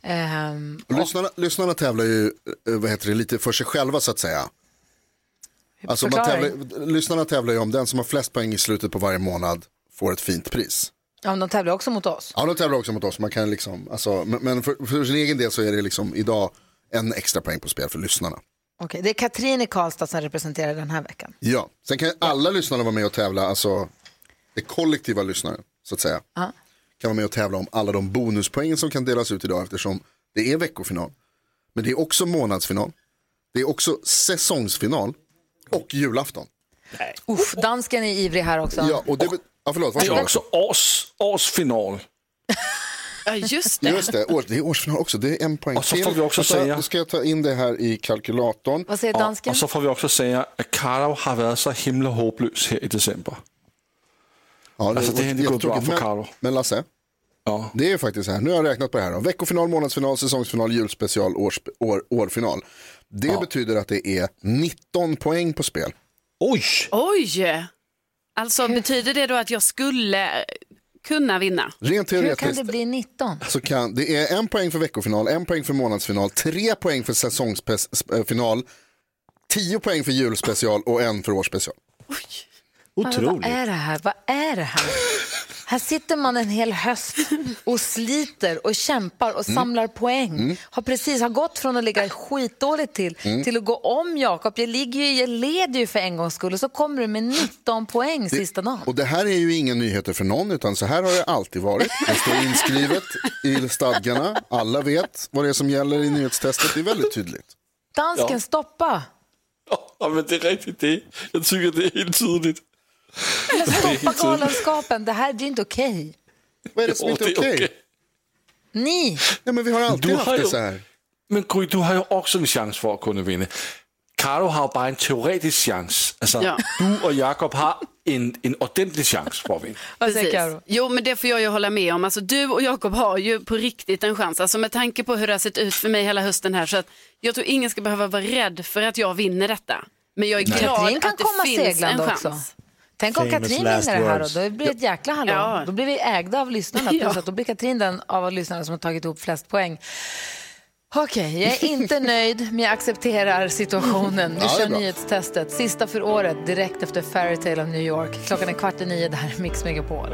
Lyssnarna tävlar ju lite för sig själva så att säga. Alltså lyssnarna tävlar ju om den som har flest poäng i slutet på varje månad får ett fint pris. Ja, men de tävlar också mot oss. Ja, de tävlar också mot oss. Man kan liksom, alltså, men för sin egen del så är det liksom idag en extra poäng på spel för lyssnarna. Okej, det är Katrin i Karlstad som representerar den här veckan. Ja, sen kan alla lyssnarna vara med och tävla, alltså det kollektiva lyssnare så att säga. Kan vara med och tävla om alla de bonuspoängen som kan delas ut idag eftersom det är veckofinal. Men det är också månadsfinal. Det är också säsongsfinal och julafton. Dansken är ivrig här också. Ja, och det det är också årsfinal. Ja, just det. Just det, det är årsfinal också. Det är en poäng och så får vi också säga... Då ska jag ta in det här i kalkylatorn. Vad säger dansken? Och så får vi också säga att Karo har varit så himla hopplös här i december. Ja, alltså det är inte gått bra för Karo. Men Lasse, det är faktiskt så här. Nu har jag räknat på det här. Veckofinal, månadsfinal, säsongsfinal, julspecial, årfinal. Det betyder att det är 19 poäng på spel. Oj! Alltså betyder det då att jag skulle kunna vinna? Rent teoretiskt. Hur kan det bli 19? Så det är 1 poäng för veckofinal, 1 poäng för månadsfinal, 3 poäng för säsongsfinal, 10 poäng för julspecial och 1 för årsspecial. Otroligt. Vad är det här? Här sitter man en hel höst och sliter och kämpar och samlar poäng. Har gått från att ligga skitdåligt till att gå om Jakob. Jag leder ju för en gångs skull och så kommer du med 19 poäng sista dagen. Och det här är ju inga nyheter för någon utan så här har det alltid varit. Det står inskrivet i stadgarna. Alla vet vad det är som gäller i nyhetstestet. Det är väldigt tydligt. Dansken, stoppa! Ja, men det är riktigt det. Jag tycker det är helt tydligt. Men stoppa galenskapen, det här är inte okej. Vad är det som inte är okej? Ni! Ja, men vi har alltid haft det så här. Men Gry, du har ju också en chans för att kunna vinna. Karo har bara en teoretisk chans. Alltså, du och Jakob har en ordentlig chans för att vinna. Vad säger Karo? Jo, men det får jag ju hålla med om. Alltså, du och Jakob har ju på riktigt en chans. Alltså, med tanke på hur det har sett ut för mig hela hösten här. Så att jag tror ingen ska behöva vara rädd för att jag vinner detta. Men jag är glad att det finns en chans. Också. Tänk om Katrin vinner det här och då blir det ett jäkla hallå. Ja. Då blir vi ägda av lyssnarna. Så då blir Katrin den av lyssnarna som har tagit ihop flest poäng. Okej, jag är inte nöjd men jag accepterar situationen. Vi kör nyhetstestet. Sista för året, direkt efter Fairytale of New York. Klockan är 8:45, det här är Mix Megapol.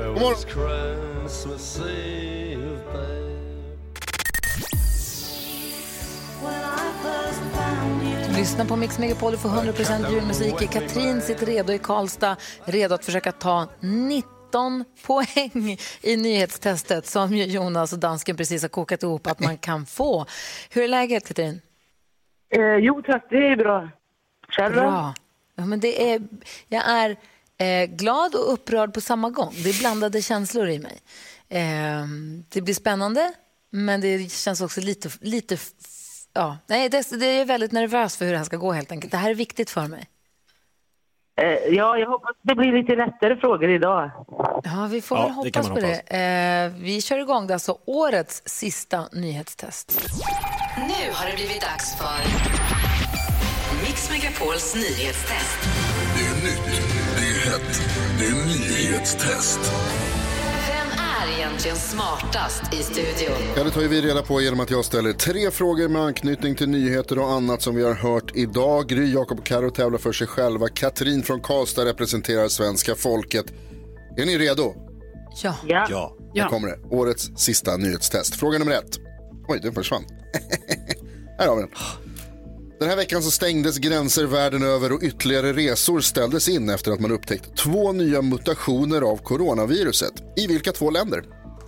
Lyssna på Mix Megapol, du får 100% julmusik. Katrin sitter redo i Karlstad, redo att försöka ta 19 poäng i nyhetstestet som Jonas och dansken precis har kokat ihop att man kan få. Hur är läget, Katrin? Jo tack, det är bra. Själv? Bra. Ja, men jag är glad och upprörd på samma gång. Det är blandade känslor i mig. Det blir spännande, men det känns också lite ja. Nej, det är väldigt nervös för hur det här ska gå helt enkelt. Det här är viktigt för mig. Ja, jag hoppas det blir lite lättare frågor idag. Ja, vi får väl hoppas på det. Vi kör igång. Det är alltså årets sista nyhetstest. Nu har det blivit dags för Mix Megapols nyhetstest. Det är nytt, det är hett, det är nyhetstest. Vem är egentligen smartast i studion? Ja, det tar vi reda på genom att jag ställer 3 frågor med anknytning till nyheter och annat som vi har hört idag. Gry, Jakob och Karo tävlar för sig själva. Katrin från Karlstad representerar svenska folket. Är ni redo? Ja. Här kommer det. Årets sista nyhetstest. Fråga nummer 1. Oj, den försvann. Här har vi den. Den här veckan så stängdes gränser världen över och ytterligare resor ställdes in efter att man upptäckt 2 nya mutationer av coronaviruset. I vilka 2 länder?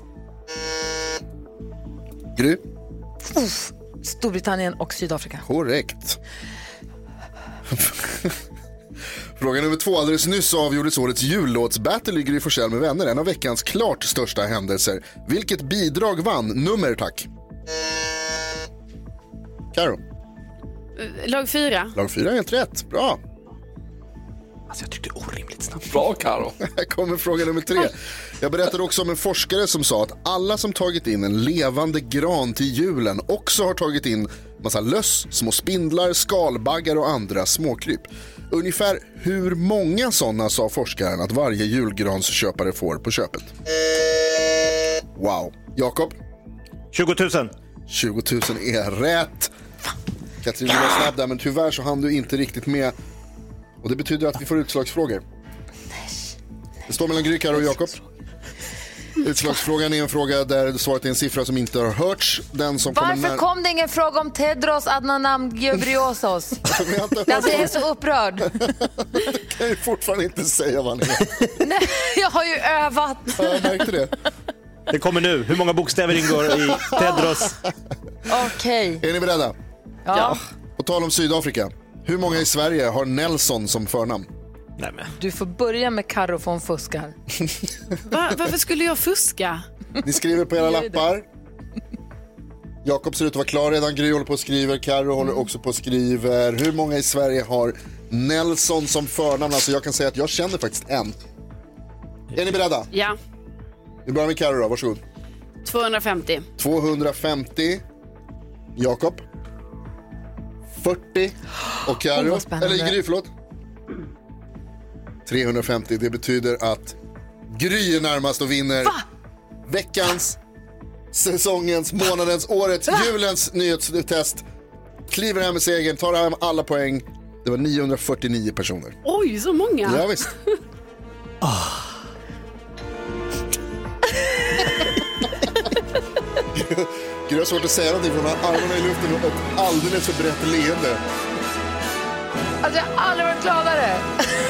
Gry? Storbritannien och Sydafrika. Korrekt. Fråga nummer 2. Alldeles nyss avgjordes årets jullåtsbattle i Gry Forssell med vänner. En av veckans klart största händelser. Vilket bidrag vann? Nummer, tack. Karo. Lag 4. Lag 4 är helt rätt. Bra. Alltså jag tyckte orimligt snabbt. Bra, Karo. Här kommer fråga nummer 3. Jag berättade också om en forskare som sa att alla som tagit in en levande gran till julen också har tagit in massa löss, små spindlar, skalbaggar och andra småkryp. Ungefär hur många sådana sa forskaren att varje julgransköpare får på köpet? Wow. Jakob? 20 000. 20 000 är rätt. Katrin var snabb där, men tyvärr så hann du inte riktigt med. Och det betyder att vi får utslagsfrågor. Det står mellan Gry, Karo och Jakob. Utslagsfrågan är en fråga där svaret är en siffra som inte har hörts. Den som Varför kom det ingen fråga om Tedros Adhanom Ghebreyesus? Jag är så upprörd. Jag kan ju fortfarande inte säga vad han heter. Nej, jag har ju övat. Ja, jag märkte det. Det kommer nu. Hur många bokstäver ingår i Tedros? Okej. Är ni beredda? Ja. På tal om Sydafrika. Hur många i Sverige har Nelson som förnamn? Nej, men. Du får börja med Karo för hon fuskar. Varför skulle jag fuska? Ni skriver på era lappar. Jakob ser ut att vara klar redan. Gry håller på och skriver. Karo håller också på och skriver. Hur många i Sverige har Nelson som förnamn? Alltså jag kan säga att jag känner faktiskt en. Är ni beredda? Ja. Vi börjar med Karo då, varsågod. 250. 250. Jakob. 40. Och Karo. Eller Gry, förlåt. 350. Det betyder att Gry är närmast och vinner veckans, säsongens, månadens, årets, julens nyhetstest. Kliver hem med segern, tar hem alla poäng. Det var 949 personer. Oj, så många. Ja, visst. Gry har svårt att säga någonting för hon har armarna i luften och ett alldeles för brett leende. Alltså jag har aldrig varit gladare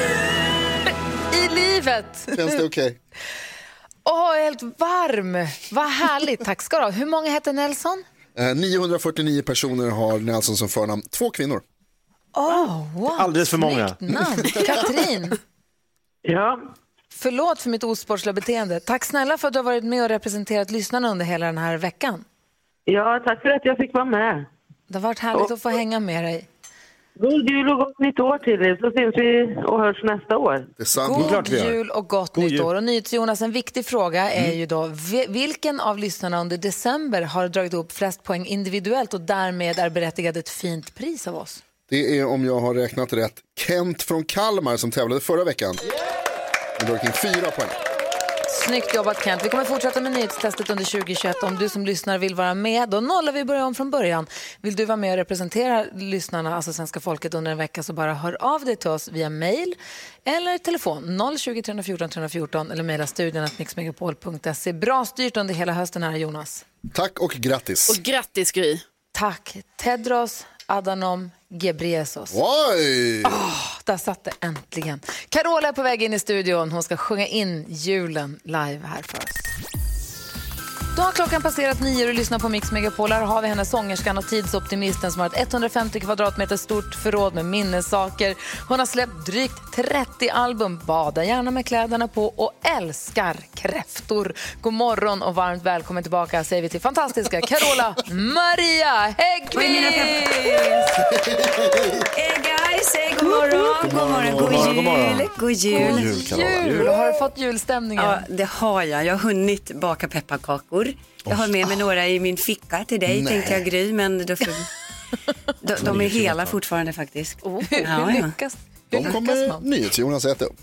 i livet. Känns det okej? Helt varm. Vad härligt, tack ska du ha. Hur många heter Nelson? 949 personer har Nelson som förnamn. 2 kvinnor. Wow. Alldeles för många. Katrin. Ja. Förlåt för mitt osportsliga beteende. Tack snälla för att du har varit med och representerat lyssnarna under hela den här veckan. Ja, tack för att jag fick vara med. Det har varit härligt att få hänga med dig. God jul och gott nytt år till er, så syns vi och hörs nästa år. God jul och gott nytt år. Och NyhetsJonas, en viktig fråga är ju då, vilken av lyssnarna under december har dragit upp flest poäng individuellt och därmed är berättigad ett fint pris av oss? Det är, om jag har räknat rätt, Kent från Kalmar som tävlade förra veckan. Han har dragit in 4 poäng. Snyggt jobbat, Kent. Vi kommer fortsätta med nyhetstestet under 2021. Om du som lyssnar vill vara med, då nollar vi börja om från början. Vill du vara med och representera lyssnarna, alltså svenska folket, under en vecka, så bara hör av dig till oss via mail eller telefon 020 314 314 eller mejla studion@mixmegapol.se. Bra styrt under hela hösten här, Jonas. Tack och grattis. Och grattis, Gry. Tack. Tedros Adhanom Ghebreyesus. Oj! Där satt det äntligen. Carola är på väg in i studion. Hon ska sjunga in julen live här för oss. Då har klockan passerat 9 och lyssnar på Mix Megapol. Här har vi henne, sångerskan och tidsoptimisten som har ett 150 kvadratmeter stort förråd med minnessaker. Hon har släppt drygt 30 album, badar gärna med kläderna på och älskar kräftor. God morgon och varmt välkommen tillbaka säger vi till fantastiska Carola Maria Häggkvist! Hej guys, god morgon, god jul. Har du fått julstämningen? Ja, det har jag. Jag har hunnit baka pepparkakor. Jag har med mig några i min ficka till dig, tänkte jag Gry, men de är hela fortfarande faktiskt. De kommer NyhetsJonas äta upp.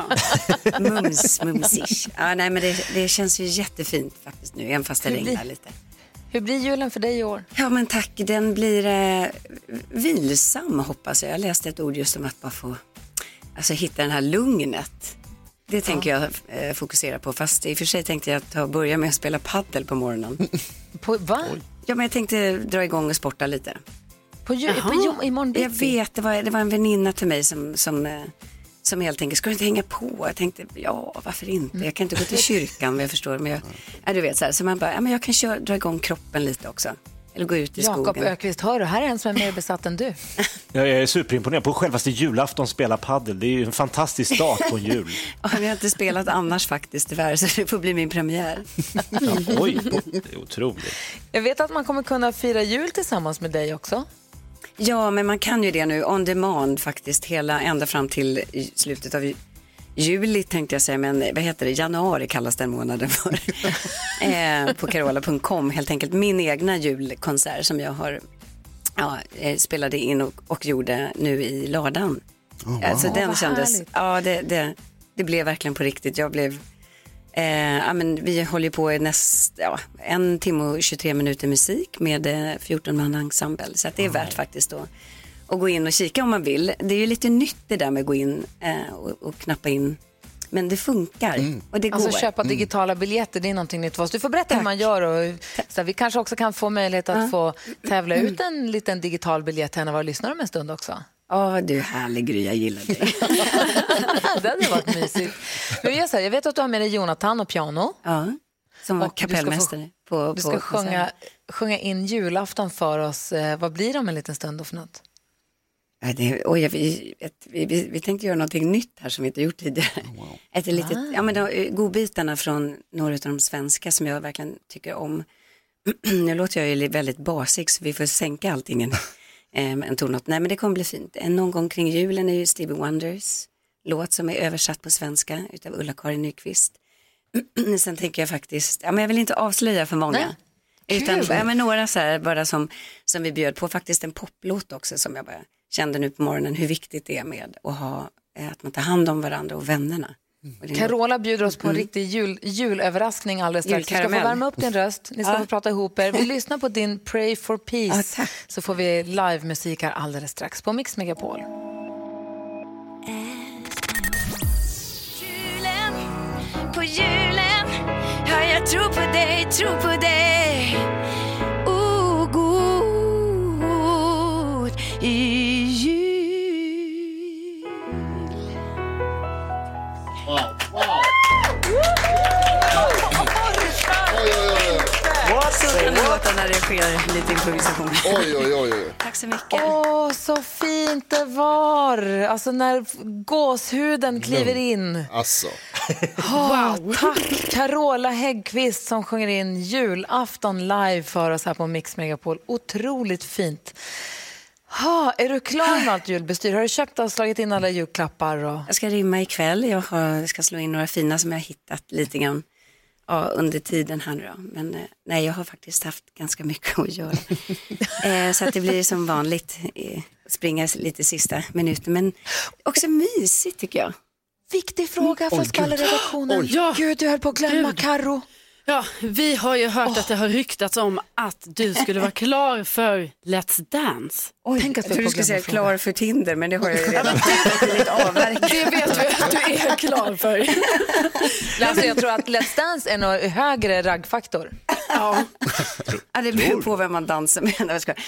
Mumsish. Ja, nej, men det känns ju jättefint faktiskt nu, även fast det regnar lite. Hur blir julen för dig i år? Ja, men tack. Den blir vilsam, hoppas jag. Jag läste ett ord just om att bara få hitta den här lugnet. Det tänker jag fokusera på. Fast i och för sig tänkte jag börja med att spela paddel på morgonen. Va? Ja, men jag tänkte dra igång och sporta lite. Imorgon bitti? Jag vet, det var en väninna till mig som helt enkelt, ska du inte hänga på? Jag tänkte, varför inte? Jag kan inte gå till kyrkan, men jag förstår. Men du vet, så man bara, men jag kan dra igång kroppen lite också. Eller gå ut i skogen. Jakob Ökvist, hör du, här är en som är mer besatt än du. Jag är superimponerad på självaste julafton spela paddel. Det är ju en fantastisk start på en jul. Jag har inte spelat annars faktiskt tyvärr, så det får bli min premiär. Oj, det är otroligt. Jag vet att man kommer kunna fira jul tillsammans med dig också. Ja, men man kan ju det nu on demand faktiskt ända fram till slutet av juli tänkte jag säga, men vad heter det? Januari kallas den månaden för. På carola.com helt enkelt. Min egna julkonsert som jag har spelade in och gjorde nu i lördagen. Alltså den kändes, det blev verkligen på riktigt. Jag blev, vi håller ju på i 1 timme och 23 minuter musik med 14-man ensemble. Så att det är värt faktiskt då att gå in och kika om man vill. Det är ju lite nytt det där med att gå in och knappa in. Men det funkar och det går. Alltså köpa digitala biljetter, det är någonting nytt för oss. Du får berätta hur man gör och så vi kanske också kan få möjlighet att få tävla ut en liten digital biljett till en av våra lyssnare om en stund också. Du är härlig Gry, jag gillar dig. Det hade varit mysigt. Men jag vet att du har med dig Jonathan och piano. Ja, som var kapellmästare. Du ska sjunga in julafton för oss. Vad blir det om en liten stund då för något? Vi tänkte göra någonting nytt här som vi inte gjort tidigare. Ett litet, godbitarna från några av de svenska som jag verkligen tycker om. Nu låter jag ju väldigt basic så vi får sänka allting en tonart. Nej, men det kommer bli fint. Någon gång kring julen är ju Stevie Wonders låt som är översatt på svenska utav Ulla-Karin Nyqvist. Sen tänker jag faktiskt, jag vill inte avslöja för många. Nej. Utan några så här bara som vi bjöd på, faktiskt en poplåt också som jag bara kände nu på morgonen hur viktigt det är med att man tar hand om varandra och vännerna. Carola bjuder oss på en riktig julöverraskning alldeles strax. Du ska få värma upp din röst, ni ska få prata ihop er. Vi lyssnar på din Pray for Peace så får vi live-musik här alldeles strax på Mix Megapol. På julen, jag tror på dig, god jul. Så kan det låta när det sker lite improvisation. Oj. Tack så mycket. Så fint det var. Alltså när gåshuden kliver in. Alltså. Tack Carola Häggkvist som sjunger in julafton live för oss här på Mix Megapol. Otroligt fint. Är du klar med allt julbestyr? Har du köpt och slagit in alla julklappar? Jag ska rimma ikväll. Jag ska slå in några fina som jag har hittat lite grann under tiden här då. Men nej, jag har faktiskt haft ganska mycket att göra. Så att det blir som vanligt springa lite sista minuten. Men också mysigt tycker jag. Viktig fråga för skvallerredaktionen. Gud, du höll på att glömma Karo. Ja, vi har ju hört att det har ryktats om att du skulle vara klar för Let's Dance. Tänk att du skulle säga klar för Tinder, men det har jag ju redan lite avverkat. Det vet vi att du är klar för. Alltså, jag tror att Let's Dance är nog högre raggfaktor. Ja, det beror på vem man dansar med.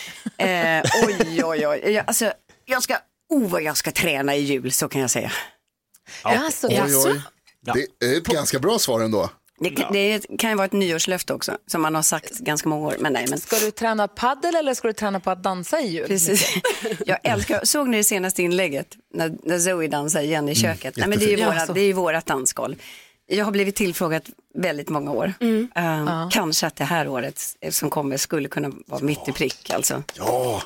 Oj. Alltså, jag ska träna i jul, så kan jag säga. Oj. Det är ett ganska bra svar ändå. Det kan ju vara ett nyårslöfte också, som man har sagt ganska många år. Men... Ska du träna paddel eller ska du träna på att dansa i jul? Precis. Såg ni det senaste inlägget när Zoe dansar igen i köket? Nej, men det är ju vårat dansgolv. Jag har blivit tillfrågat väldigt många år. Kanske att det här året som kommer skulle kunna vara mitt i prick. Alltså. Ja.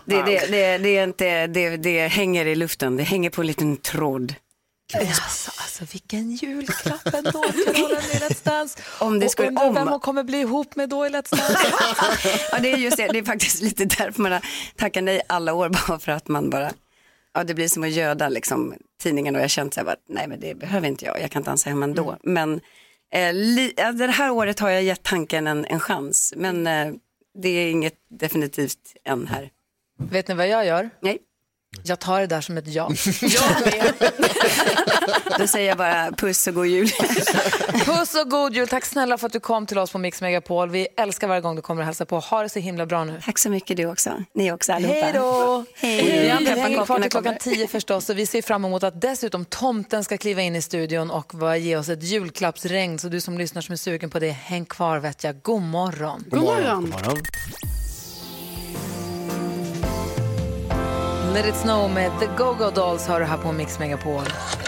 Det hänger i luften, det hänger på en liten tråd. Alltså vilken julklapp ändå till rollen i Let's Dance. Vem man kommer bli ihop med då i Let's Dance. Ja, det är just det. Det är faktiskt lite därför man har tackat nej alla år, bara för att man bara... Ja, det blir som att göda liksom, tidningen, och jag kände så här, nej men det behöver inte jag kan dansa hemma ändå. Men det här året har jag gett tanken en chans, men det är inget definitivt än här. Vet ni vad jag gör? Nej. Jag tar det där som ett ja. Då säger jag bara puss och god jul. Puss och god jul. Tack snälla för att du kom till oss på Mix Megapol. Vi älskar varje gång du kommer och hälsa på. Ha det så himla bra nu. Tack så mycket du också. Ni också allihopa. Hej då. Hej. Vi hänger kvar till klockan 10 förstås. Och vi ser fram emot att dessutom tomten ska kliva in i studion och ge oss ett julklappsregn. Så du som lyssnar som är sugen på det, häng kvar vet jag. God morgon. God morgon. God morgon. Let It Snow med The Go-Go Dolls har du här på Mix Megapol.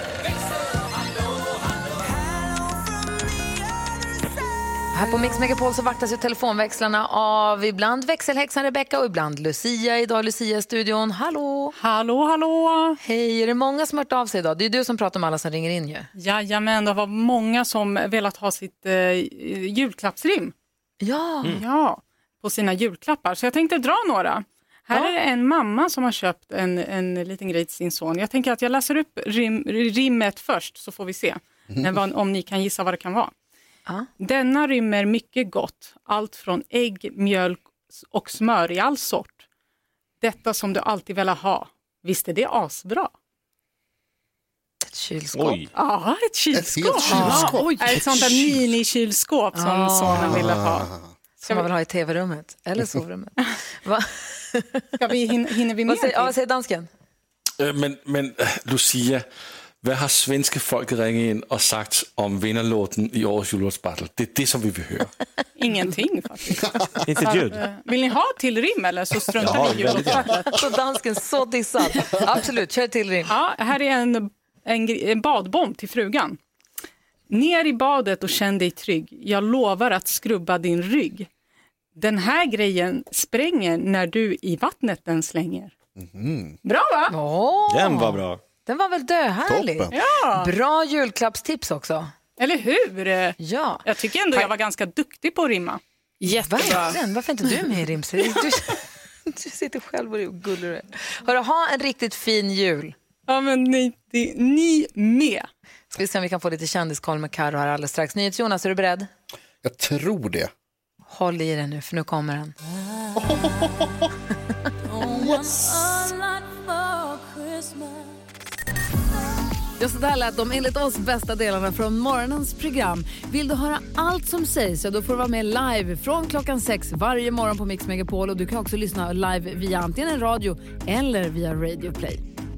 Här på Mix Megapol så vaktas ju telefonväxlarna av ibland växelhäxan Rebecca och ibland Lucia. Idag Lucia i studion. Hallå! Hallå! Hej, är det många som har hört av sig idag? Det är du som pratar om alla som ringer in ju. Jajamän, det var många som velat ha sitt julklappsrim. Ja, på sina julklappar. Så jag tänkte dra några. Här är det en mamma som har köpt en liten grej till sin son. Jag tänker att jag läser upp rimmet först så får vi se om ni kan gissa vad det kan vara. Denna rymmer mycket gott. Allt från ägg, mjölk och smör i all sort. Detta som du alltid vill ha. Visst är det asbra? Ett kylskåp. Oj. Ja, ett kylskåp. Ett sånt där mini-kylskåp som sonen ville ha. Som man vill ha i tv-rummet eller sovrummet. Hinner vi med? Vad säger dansken? Men Lucia, vad har svenska folket ringat in och sagt om vinnarlåten i årets jullåtsbattle? Det är det som vi vill höra. Ingenting faktiskt. Inte ett ljud. Vill ni ha till rim eller så struntar ni i jullåtsbattlet? Så dansken så dissad. Absolut, kör till rim. Ja, här är en badbomb till frugan. Ner i badet och känn dig trygg. Jag lovar att skrubba din rygg. Den här grejen spränger när du i vattnet den slänger. Bra va? Den var bra. Den var väl döhärlig. Ja. Bra julklappstips också. Eller hur? Ja. Jag tycker ändå jag var ganska duktig på att rimma. Jättebra. Varför är inte du med i rimser? Du sitter själv och gullar. Hörru, ha en riktigt fin jul. Ja, men ni med. Ska vi se om vi kan få lite kändiskoll med Karo här alldeles strax. Jonas, är du beredd? Jag tror det. Håll i den nu, för nu kommer den. Yes. Ja, så där lät de enligt oss bästa delarna från morgonens program. Vill du höra allt som sägs så då får du vara med live från klockan 6 varje morgon på Mix Megapol. Och du kan också lyssna live via antingen radio eller via Radio Play.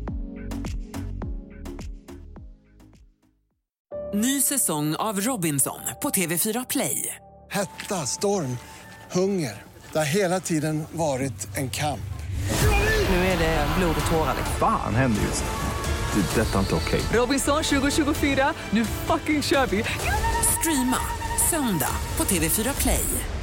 Ny säsong av Robinson på TV4 Play. Hetta, storm, hunger. Det har hela tiden varit en kamp. Nu är det blod och tårar. Fan händer just det. Det är detta inte okej. Robinson 2024, nu fucking kör vi. Streama söndag på TV4 Play.